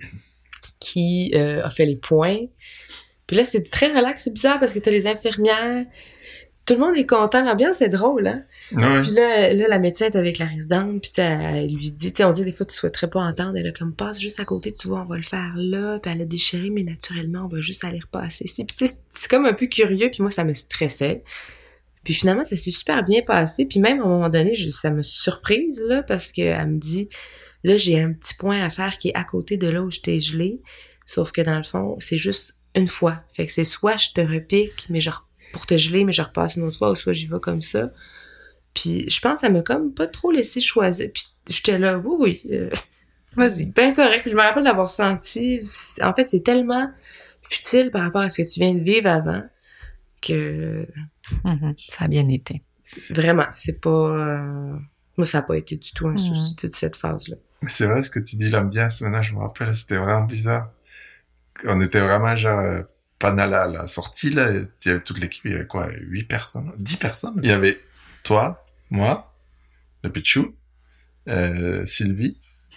qui a fait les points. Puis là, c'est très relax, c'est bizarre parce que t'as les infirmières, tout le monde est content, l'ambiance est drôle, hein? Ouais. Puis là, la médecin est avec la résidente, puis elle lui dit, on dit des fois tu souhaiterais pas entendre, elle a comme passe juste à côté, tu vois, on va le faire là, puis elle a déchiré, mais naturellement, on va juste aller repasser ici. Puis tu sais, c'est comme un peu curieux, puis moi, ça me stressait. Puis finalement, ça s'est super bien passé, puis même à un moment donné, ça me surprise, là, parce qu'elle me dit, là, j'ai un petit point à faire qui est à côté de là où je t'ai gelé, sauf que dans le fond, c'est juste une fois. Fait que c'est soit je te repique, mais genre pour te geler, mais je repasse une autre fois, ou soit j'y vais comme ça. Puis je pense qu'elle m'a comme pas trop laissé choisir. Puis j'étais là, oui, vas-y. Ben correct. Puis je me rappelle d'avoir senti, en fait, c'est tellement futile par rapport à ce que tu viens de vivre avant que... Ça a bien été. Vraiment, c'est pas... Moi, ça n'a pas été du tout un souci, toute cette phase-là. Mais c'est vrai ce que tu dis, l'ambiance, maintenant, je me rappelle, c'était vraiment bizarre. On était vraiment genre... pendant la sortie, là, il y avait toute l'équipe, il y avait quoi, 8 personnes, 10 personnes. Il y avait toi, moi, le Pichou, Sylvie,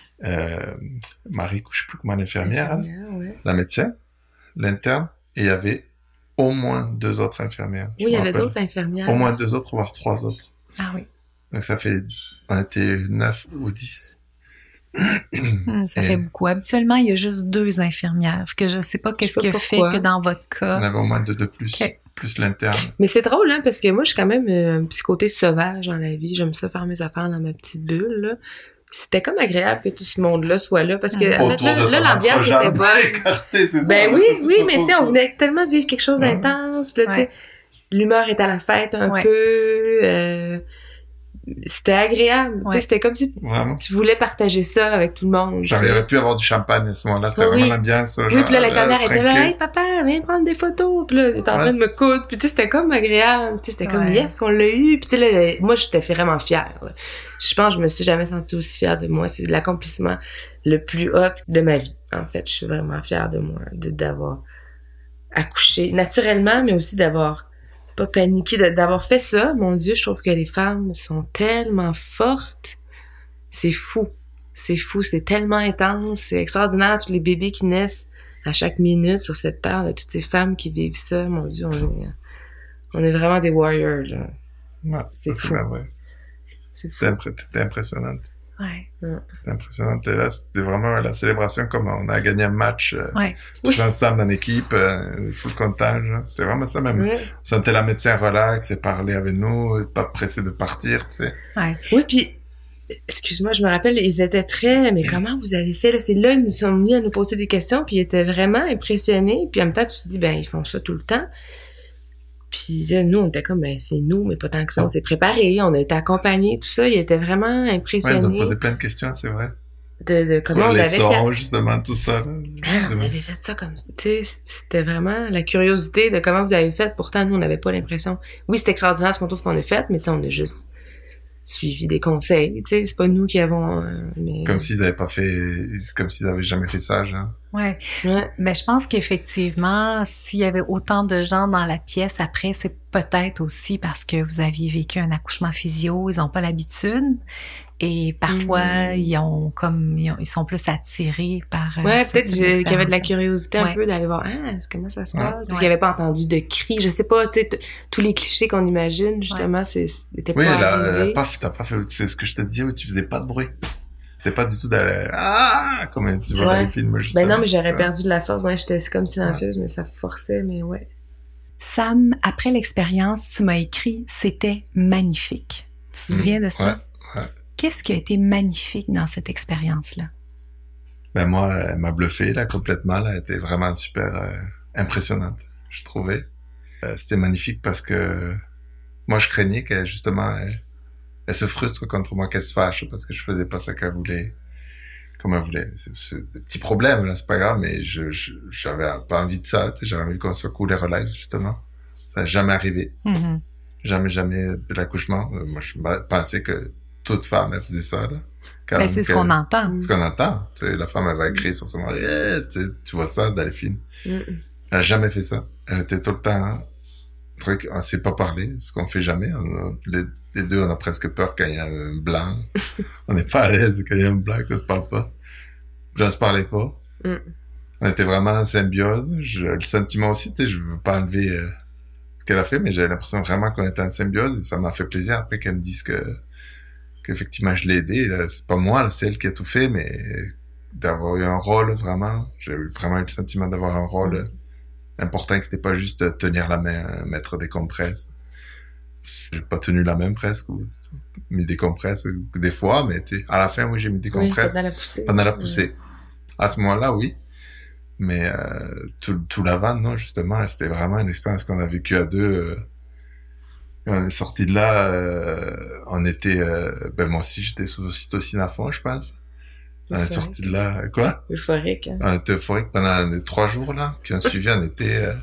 Marie, je sais plus comment, l'infirmière, ouais. La médecin, l'interne, et il y avait au moins 2 autres infirmières. Oui, il y avait d'autres infirmières. Au moins 2 autres, voire 3 autres. Ah oui. Donc ça fait, on était 9 ou 10. Ça fait beaucoup. Habituellement, il y a juste 2 infirmières. Que je sais pas qu'est-ce qui fait que dans votre cas... On avait au moins 2 de plus. Okay. Plus l'interne. Mais c'est drôle, hein, parce que moi, je suis quand même un petit côté sauvage dans la vie. J'aime ça faire mes affaires dans ma petite bulle, là. C'était comme agréable que tout ce monde-là soit là, parce que, en fait, là, l'ambiance était bonne. Ben oui, mais tu sais, on venait tellement de vivre quelque chose d'intense, puis là, tu sais, l'humeur est à la fête un peu, c'était agréable, tu sais, c'était comme si tu voulais partager ça avec tout le monde. Genre, il aurait pu avoir du champagne à ce moment-là, c'était vraiment l'ambiance. Oui, puis là, la caméra était là, hey papa, viens prendre des photos, puis là, t'es en train de me coudre, puis tu sais, c'était comme agréable, tu sais, c'était comme yes, on l'a eu, puis tu sais, là, moi, j'étais vraiment fière, là. Je pense que je me suis jamais sentie aussi fière de moi, c'est l'accomplissement le plus haut de ma vie, en fait, je suis vraiment fière de moi, d'avoir accoucher naturellement, mais aussi d'avoir pas paniqué, d'avoir fait ça. Mon Dieu, je trouve que les femmes sont tellement fortes. C'est fou. C'est fou, c'est tellement intense, c'est extraordinaire, tous les bébés qui naissent à chaque minute sur cette terre, là, toutes ces femmes qui vivent ça, mon Dieu, on est vraiment des warriors, là. Ouais, c'est fou. Ouais. T'étais impressionnante. Ouais. C'était impressionnante. Et là, c'était vraiment la célébration comme on a gagné un match tous Oui. ensemble en équipe, full contact. C'était vraiment ça même. Oui. On sentait la médecin relax et parler avec nous, pas pressé de partir, tu sais. Ouais. Oui, puis excuse-moi, je me rappelle, ils étaient très... Mais comment vous avez fait? Là, c'est là, ils nous sont mis à nous poser des questions, puis ils étaient vraiment impressionnés. Puis en même temps, tu te dis, ben ils font ça tout le temps. Puis nous, on était comme, ben c'est nous, mais pas tant que ça. On s'est préparés, on a été accompagnés, tout ça. Ils étaient vraiment impressionnés. Ouais, ils ont posé plein de questions, c'est vrai. De comment pour on les avait sons, fait... justement, tout ça. Là. Ah, vous avez fait ça comme ça. Tu sais, c'était vraiment la curiosité de comment vous avez fait. Pourtant, nous, on n'avait pas l'impression... Oui, c'est extraordinaire ce qu'on trouve qu'on a fait, mais tu sais, on a juste suivi des conseils, tu sais, c'est pas nous qui avons... mais... Comme s'ils avaient pas fait... Comme s'ils avaient jamais fait ça, genre. Ouais. Ouais. Mais je pense qu'effectivement, s'il y avait autant de gens dans la pièce après, c'est peut-être aussi parce que vous aviez vécu un accouchement physio, ils ont pas l'habitude. Et parfois, ils sont plus attirés par... Ouais, peut-être qu'il y avait de la curiosité un Ouais. peu d'aller voir, comment ça se passe? Parce Ouais. qu'il n'y avait pas entendu de cris, je sais pas, tu sais, tous les clichés qu'on imagine, justement, c'était pas Oui, arrivé. t'as pas fait... C'est ce que je te disais, où tu faisais pas de bruit. C'était pas du tout d'aller... Ah! Comme tu vois dans les films, justement. Ben non, mais j'aurais perdu de la force. Ouais, j'étais comme silencieuse, mais ça forçait, mais ouais. Sam, après l'expérience, tu m'as écrit « C'était magnifique ». Tu te souviens de ça? Ouais. Qu'est-ce qui a été magnifique dans cette expérience-là? Ben moi, elle m'a bluffé, là, complètement. Là, elle était vraiment super impressionnante, je trouvais. C'était magnifique parce que moi, je craignais qu'elle, justement, elle se frustre contre moi, qu'elle se fâche parce que je faisais pas ça qu'elle voulait, comme elle voulait. C'est des petits problèmes, là, c'est pas grave, mais j'avais pas envie de ça, tu sais, j'avais envie qu'on soit cool et relax, justement. Ça n'a jamais arrivé. Mm-hmm. Jamais de l'accouchement. Moi, je pensais que toute femme, elle faisait ça, là. Ben, c'est ce qu'on entend. Ce qu'on entend. Tu sais, la femme, elle va écrire sur son mari. Tu vois ça dans les films. Elle a jamais fait ça. Elle était tout le temps... Truc, on s'est pas parlé, ce qu'on fait jamais. Les deux, on a presque peur quand il y a un blanc. On n'est pas à l'aise quand il y a un blanc, qu'on se parle pas. Je se parlais pas. On était vraiment en symbiose. Le sentiment aussi, tu sais, je veux pas enlever ce qu'elle a fait, mais j'avais l'impression vraiment qu'on était en symbiose et ça m'a fait plaisir après qu'elle me dise qu'effectivement je l'ai aidé. Là, c'est pas moi, là, c'est elle qui a tout fait, mais d'avoir eu un rôle vraiment, j'ai vraiment eu le sentiment d'avoir un rôle important, que c'était pas juste tenir la main, mettre des compresses. J'ai pas tenu la main presque, ou mis des compresses des fois, mais tu sais, à la fin, oui, j'ai mis des compresses. Pendant la poussée. À ce moment-là, oui. Mais tout l'avant, non, justement, c'était vraiment une expérience qu'on a vécue à deux. On est sorti de là, on était... moi aussi, j'étais sous ocytocine à fond, je pense. On est sorti de là... Quoi? Euphorique. Hein? On était euphorique pendant les 3 jours, là, qui ont suivi. On était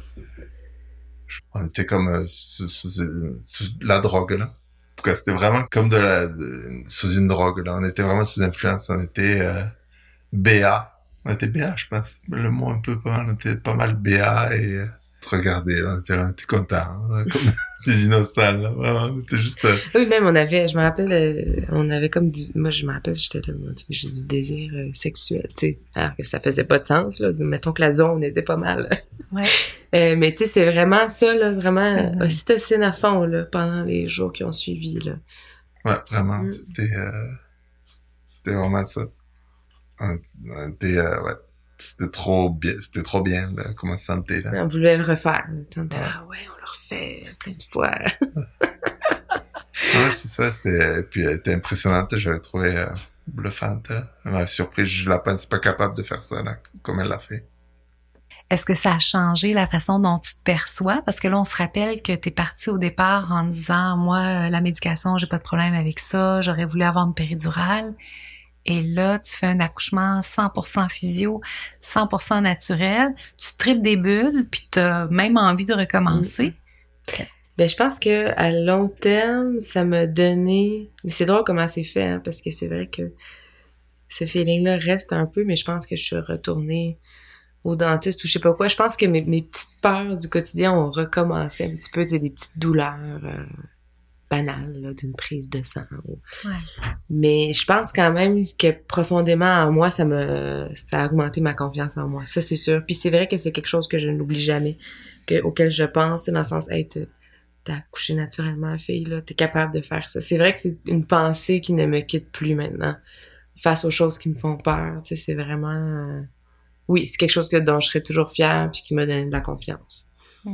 comme sous la drogue, là. En tout cas, c'était vraiment comme sous une drogue, là. On était vraiment sous influence. On était BA. On était BA, je pense. Le mot un peu pas mal. On était pas mal BA et... Regarder, là, on était contents, hein, comme des innocents, là, vraiment, on était juste... Oui, même, je me rappelle, on avait comme moi, je me rappelle, j'étais là, j'ai du désir sexuel, tu sais, alors que ça faisait pas de sens, là, mettons que la zone était pas mal. Ouais. Mais tu sais, c'est vraiment ça, là, vraiment, ocytocine à fond, là, pendant les jours qui ont suivi, là. Ouais, vraiment, c'était vraiment ça. On était, ouais. C'était trop bien, là, comment se sentait, là. On voulait le refaire. On était là, ouais, on le refait plein de fois. Ouais, c'est ça, puis elle était impressionnante, j'avais trouvé bluffante, là. Elle m'a surpris, je la pensais pas capable de faire ça, là, comme elle l'a fait. Est-ce que ça a changé la façon dont tu te perçois? Parce que là, on se rappelle que t'es parti au départ en disant, moi, la médication, j'ai pas de problème avec ça, j'aurais voulu avoir une péridurale. Et là, tu fais un accouchement 100% physio, 100% naturel. Tu tripes des bulles, puis t'as même envie de recommencer. Ben, je pense que à long terme, ça m'a donné... Mais c'est drôle comment c'est fait, hein, parce que c'est vrai que ce feeling-là reste un peu, mais je pense que je suis retournée au dentiste ou je sais pas quoi. Je pense que mes petites peurs du quotidien ont recommencé un petit peu, tu sais, des petites douleurs banales, là, d'une prise de sang. Ouais. Mais je pense quand même que profondément en moi, ça a augmenté ma confiance en moi. Ça, c'est sûr. Puis c'est vrai que c'est quelque chose que je n'oublie jamais, auquel je pense, dans le sens, hey, t'as accouché naturellement, fille, là, t'es capable de faire ça. C'est vrai que c'est une pensée qui ne me quitte plus maintenant, face aux choses qui me font peur. Tu sais, c'est vraiment... Oui, c'est quelque chose dont je serai toujours fière puis qui m'a donné de la confiance.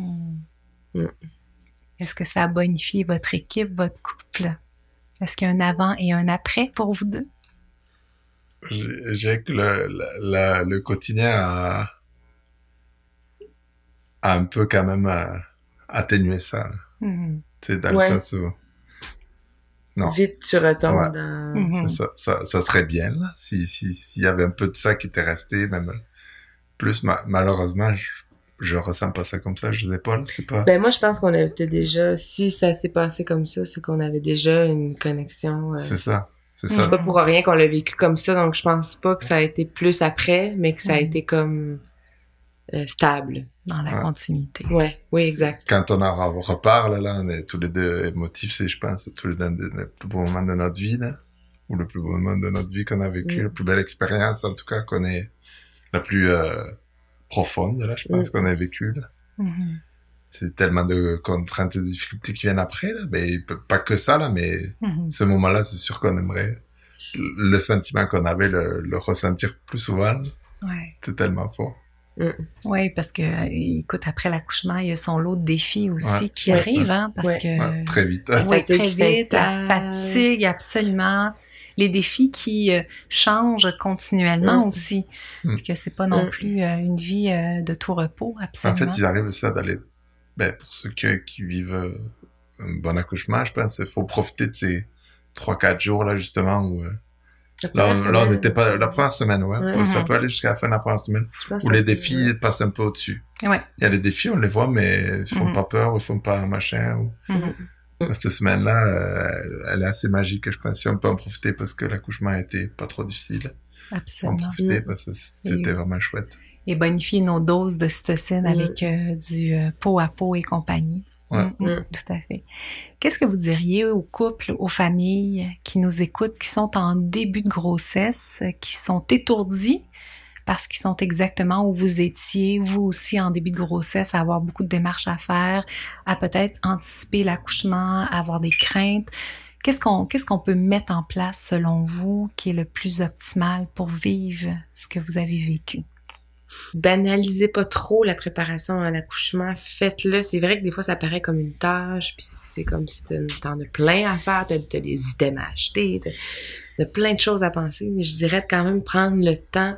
Est-ce que ça a bonifié votre équipe, votre couple? Est-ce qu'il y a un avant et un après pour vous deux? J'ai que le quotidien a un peu quand même atténué ça. Tu sais, dans le sens où... Non. Vite, tu retombes ouais. dans... Ça serait bien, là, s'il y avait un peu de ça qui était resté, même plus, malheureusement, je ressens pas ça comme ça, je sais pas, là, c'est pas... Ben, moi, je pense qu'on avait déjà, si ça s'est passé comme ça, c'est qu'on avait déjà une connexion. C'est ça. C'est pas pour rien qu'on l'a vécu comme ça, donc je pense pas que ça a été plus après, mais que ça a été comme stable. Dans la continuité. Ouais, oui, exact. Quand on en reparle, là, on est tous les deux émotifs, c'est, je pense, tous les deux le plus beau moment de notre vie, là, ou le plus beau moment de notre vie qu'on a vécu, la plus belle expérience, en tout cas, qu'on est la plus profonde, là, je pense qu'on a vécu, là. C'est tellement de contraintes et de difficultés qui viennent après, là, mais pas que ça, là, mais ce moment-là, c'est sûr qu'on aimerait le sentiment qu'on avait, le ressentir plus souvent. Ouais. C'était tellement fort. Oui, parce que, écoute, après l'accouchement, il y a son lot de défis aussi qui arrivent, hein, parce que... très vite. Oui, très vite, la fatigue, absolument. Les défis qui changent continuellement aussi. Que c'est pas non plus une vie de tout repos, absolument. En fait, ils arrivent ça d'aller... pour ceux qui vivent un bon accouchement, je pense qu'il faut profiter de ces 3-4 jours, là, justement, où... Là, on n'était pas... La première semaine, ça peut aller jusqu'à la fin de la première semaine, où les défis passent un peu au-dessus. Ouais. Il y a les défis, on les voit, mais ils font pas peur, ils font pas machin. Cette semaine-là, elle est assez magique, je pense. Si on peut en profiter parce que l'accouchement a été pas trop difficile. Absolument. En profiter parce que c'était vraiment chouette. Et bonifier nos doses de cytocine avec du pot à pot et compagnie. Tout à fait. Qu'est-ce que vous diriez aux couples, aux familles qui nous écoutent, qui sont en début de grossesse, qui sont étourdis parce qu'ils sont exactement où vous étiez, vous aussi en début de grossesse, à avoir beaucoup de démarches à faire, à peut-être anticiper l'accouchement, à avoir des craintes. Qu'est-ce qu'on peut mettre en place selon vous qui est le plus optimal pour vivre ce que vous avez vécu? Banalisez pas trop la préparation à l'accouchement, faites-le. C'est vrai que des fois ça paraît comme une tâche, puis c'est comme si t'en as plein à faire, t'as des items à acheter, t'as plein de choses à penser, mais je dirais de quand même prendre le temps,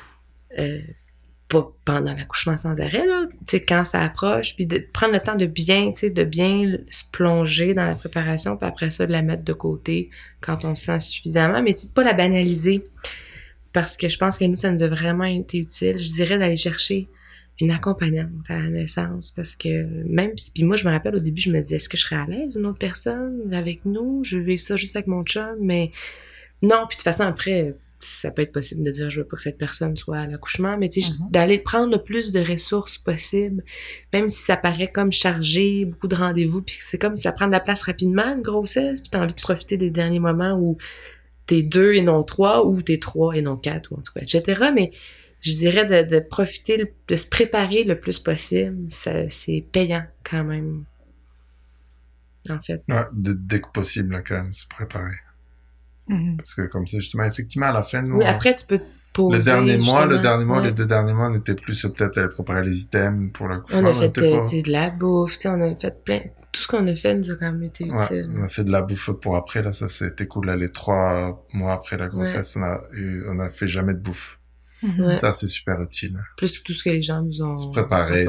pas pendant l'accouchement sans arrêt, là, tu sais, quand ça approche, puis de prendre le temps de bien se plonger dans la préparation, puis après ça de la mettre de côté quand on se sent suffisamment, mais tu sais, de pas la banaliser. Parce que je pense que nous, ça nous a vraiment été utile. Je dirais d'aller chercher une accompagnante à la naissance. Parce que même... Puis moi, je me rappelle, au début, je me disais, est-ce que je serais à l'aise, une autre personne avec nous? Je vais ça juste avec mon chum. Mais non, puis de toute façon, après, ça peut être possible de dire, je veux pas que cette personne soit à l'accouchement. Mais tu sais, d'aller prendre le plus de ressources possible, même si ça paraît comme chargé, beaucoup de rendez-vous, puis c'est comme si ça prend de la place rapidement, une grossesse, puis t'as envie de profiter des derniers moments où t'es 2 et non 3, ou t'es 3 et non 4, ou en tout cas, etc. Mais je dirais de profiter, de se préparer le plus possible. Ça, c'est payant quand même, en fait. Ouais, dès que possible, quand même, se préparer. Parce que comme ça, justement, effectivement, à la fin, nous... Oui, après, tu peux te poser, les 2 derniers mois, on était plus peut-être à préparer les items pour l'accouchement. On a fait de la bouffe, on a fait plein... Tout ce qu'on a fait nous a quand même été utile. On a fait de la bouffe pour après, là, ça c'était cool. Là, les 3 mois après la grossesse, on a fait jamais de bouffe. Ça, c'est super utile. Plus tout ce que les gens nous ont se préparer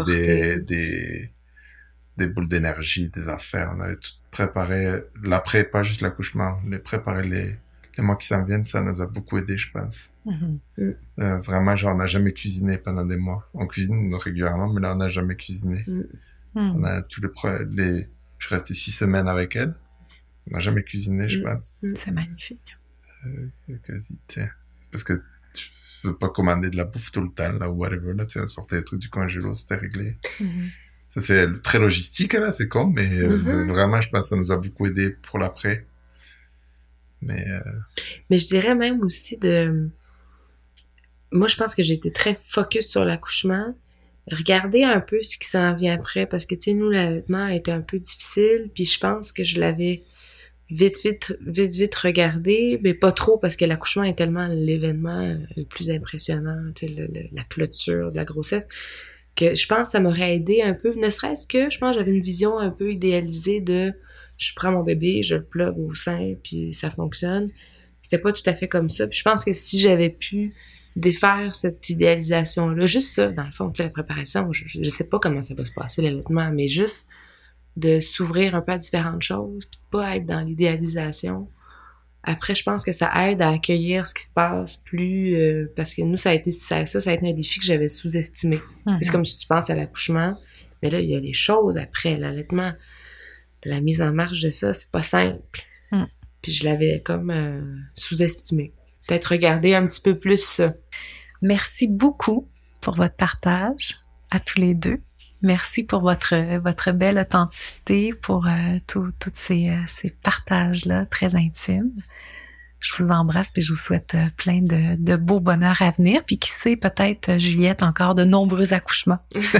des boules d'énergie, des affaires. On avait tout préparé. L'après, pas juste l'accouchement. Les préparer les mois qui s'en viennent, ça nous a beaucoup aidé, je pense. Vraiment, genre, on n'a jamais cuisiné pendant des mois. On cuisine régulièrement, mais là, on n'a jamais cuisiné. On a je suis resté 6 semaines avec elle. On n'a jamais cuisiné, je pense. C'est magnifique. Quasi, tiens. Parce que veux pas commander de la bouffe tout le temps, là, ou whatever, là, tu sais, on sortait des trucs du congélo, c'était réglé. Ça, c'est très logistique, là, c'est con, mais vraiment, je pense que ça nous a beaucoup aidé pour l'après. Mais je dirais même aussi moi, je pense que j'ai été très focus sur l'accouchement. Regardez un peu ce qui s'en vient après, parce que, tu sais, nous, l'allaitement a été un peu difficile, puis je pense que je l'avais vite regardé, mais pas trop, parce que l'accouchement est tellement l'événement le plus impressionnant, tu sais, la clôture de la grossesse, que je pense que ça m'aurait aidé un peu, ne serait-ce que, je pense que j'avais une vision un peu idéalisée de je prends mon bébé, je le plug au sein, puis ça fonctionne. C'était pas tout à fait comme ça. Puis je pense que si j'avais pu défaire cette idéalisation-là, juste ça, dans le fond, tu sais, la préparation, je sais pas comment ça va se passer, l'allaitement, mais juste de s'ouvrir un peu à différentes choses, puis de pas être dans l'idéalisation. Après, je pense que ça aide à accueillir ce qui se passe plus, parce que nous, ça a été un défi que j'avais sous-estimé. C'est comme si tu penses à l'accouchement, mais là, il y a les choses après, l'allaitement, la mise en marche de ça, c'est pas simple. Puis je l'avais comme sous-estimé. Peut-être regarder un petit peu plus ça. Merci beaucoup pour votre partage à tous les deux. Merci pour votre belle authenticité, pour tous ces partages-là très intimes. Je vous embrasse et je vous souhaite plein de beaux bonheurs à venir. Puis qui sait, peut-être, Juliette, encore de nombreux accouchements.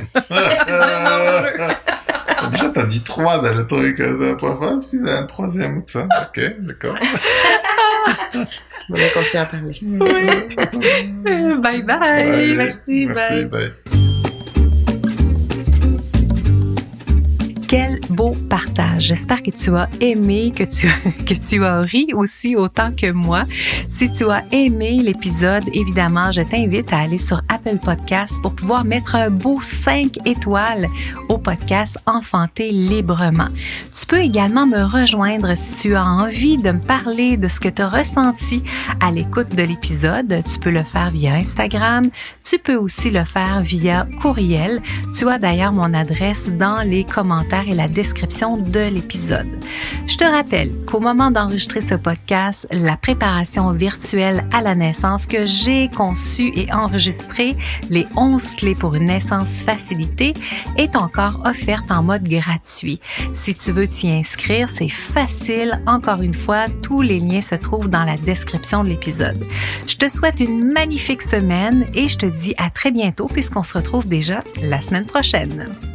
Déjà, t'as dit 3 dans le truc. La première fois, si vous avez un 3e ou de ça. Ok, d'accord. On a conscient à parler. Bye bye. Merci, bye. Quel beau partage. J'espère que tu as aimé, que tu as ri aussi autant que moi. Si tu as aimé l'épisode, évidemment, je t'invite à aller sur Apple Podcasts pour pouvoir mettre un beau 5 étoiles au podcast Enfanter librement. Tu peux également me rejoindre si tu as envie de me parler de ce que tu as ressenti à l'écoute de l'épisode. Tu peux le faire via Instagram. Tu peux aussi le faire via courriel. Tu as d'ailleurs mon adresse dans les commentaires et la description de l'épisode. Je te rappelle qu'au moment d'enregistrer ce podcast, la préparation virtuelle à la naissance que j'ai conçue et enregistrée, les 11 clés pour une naissance facilitée, est encore offerte en mode gratuit. Si tu veux t'y inscrire, c'est facile. Encore une fois, tous les liens se trouvent dans la description de l'épisode. Je te souhaite une magnifique semaine et je te dis à très bientôt puisqu'on se retrouve déjà la semaine prochaine.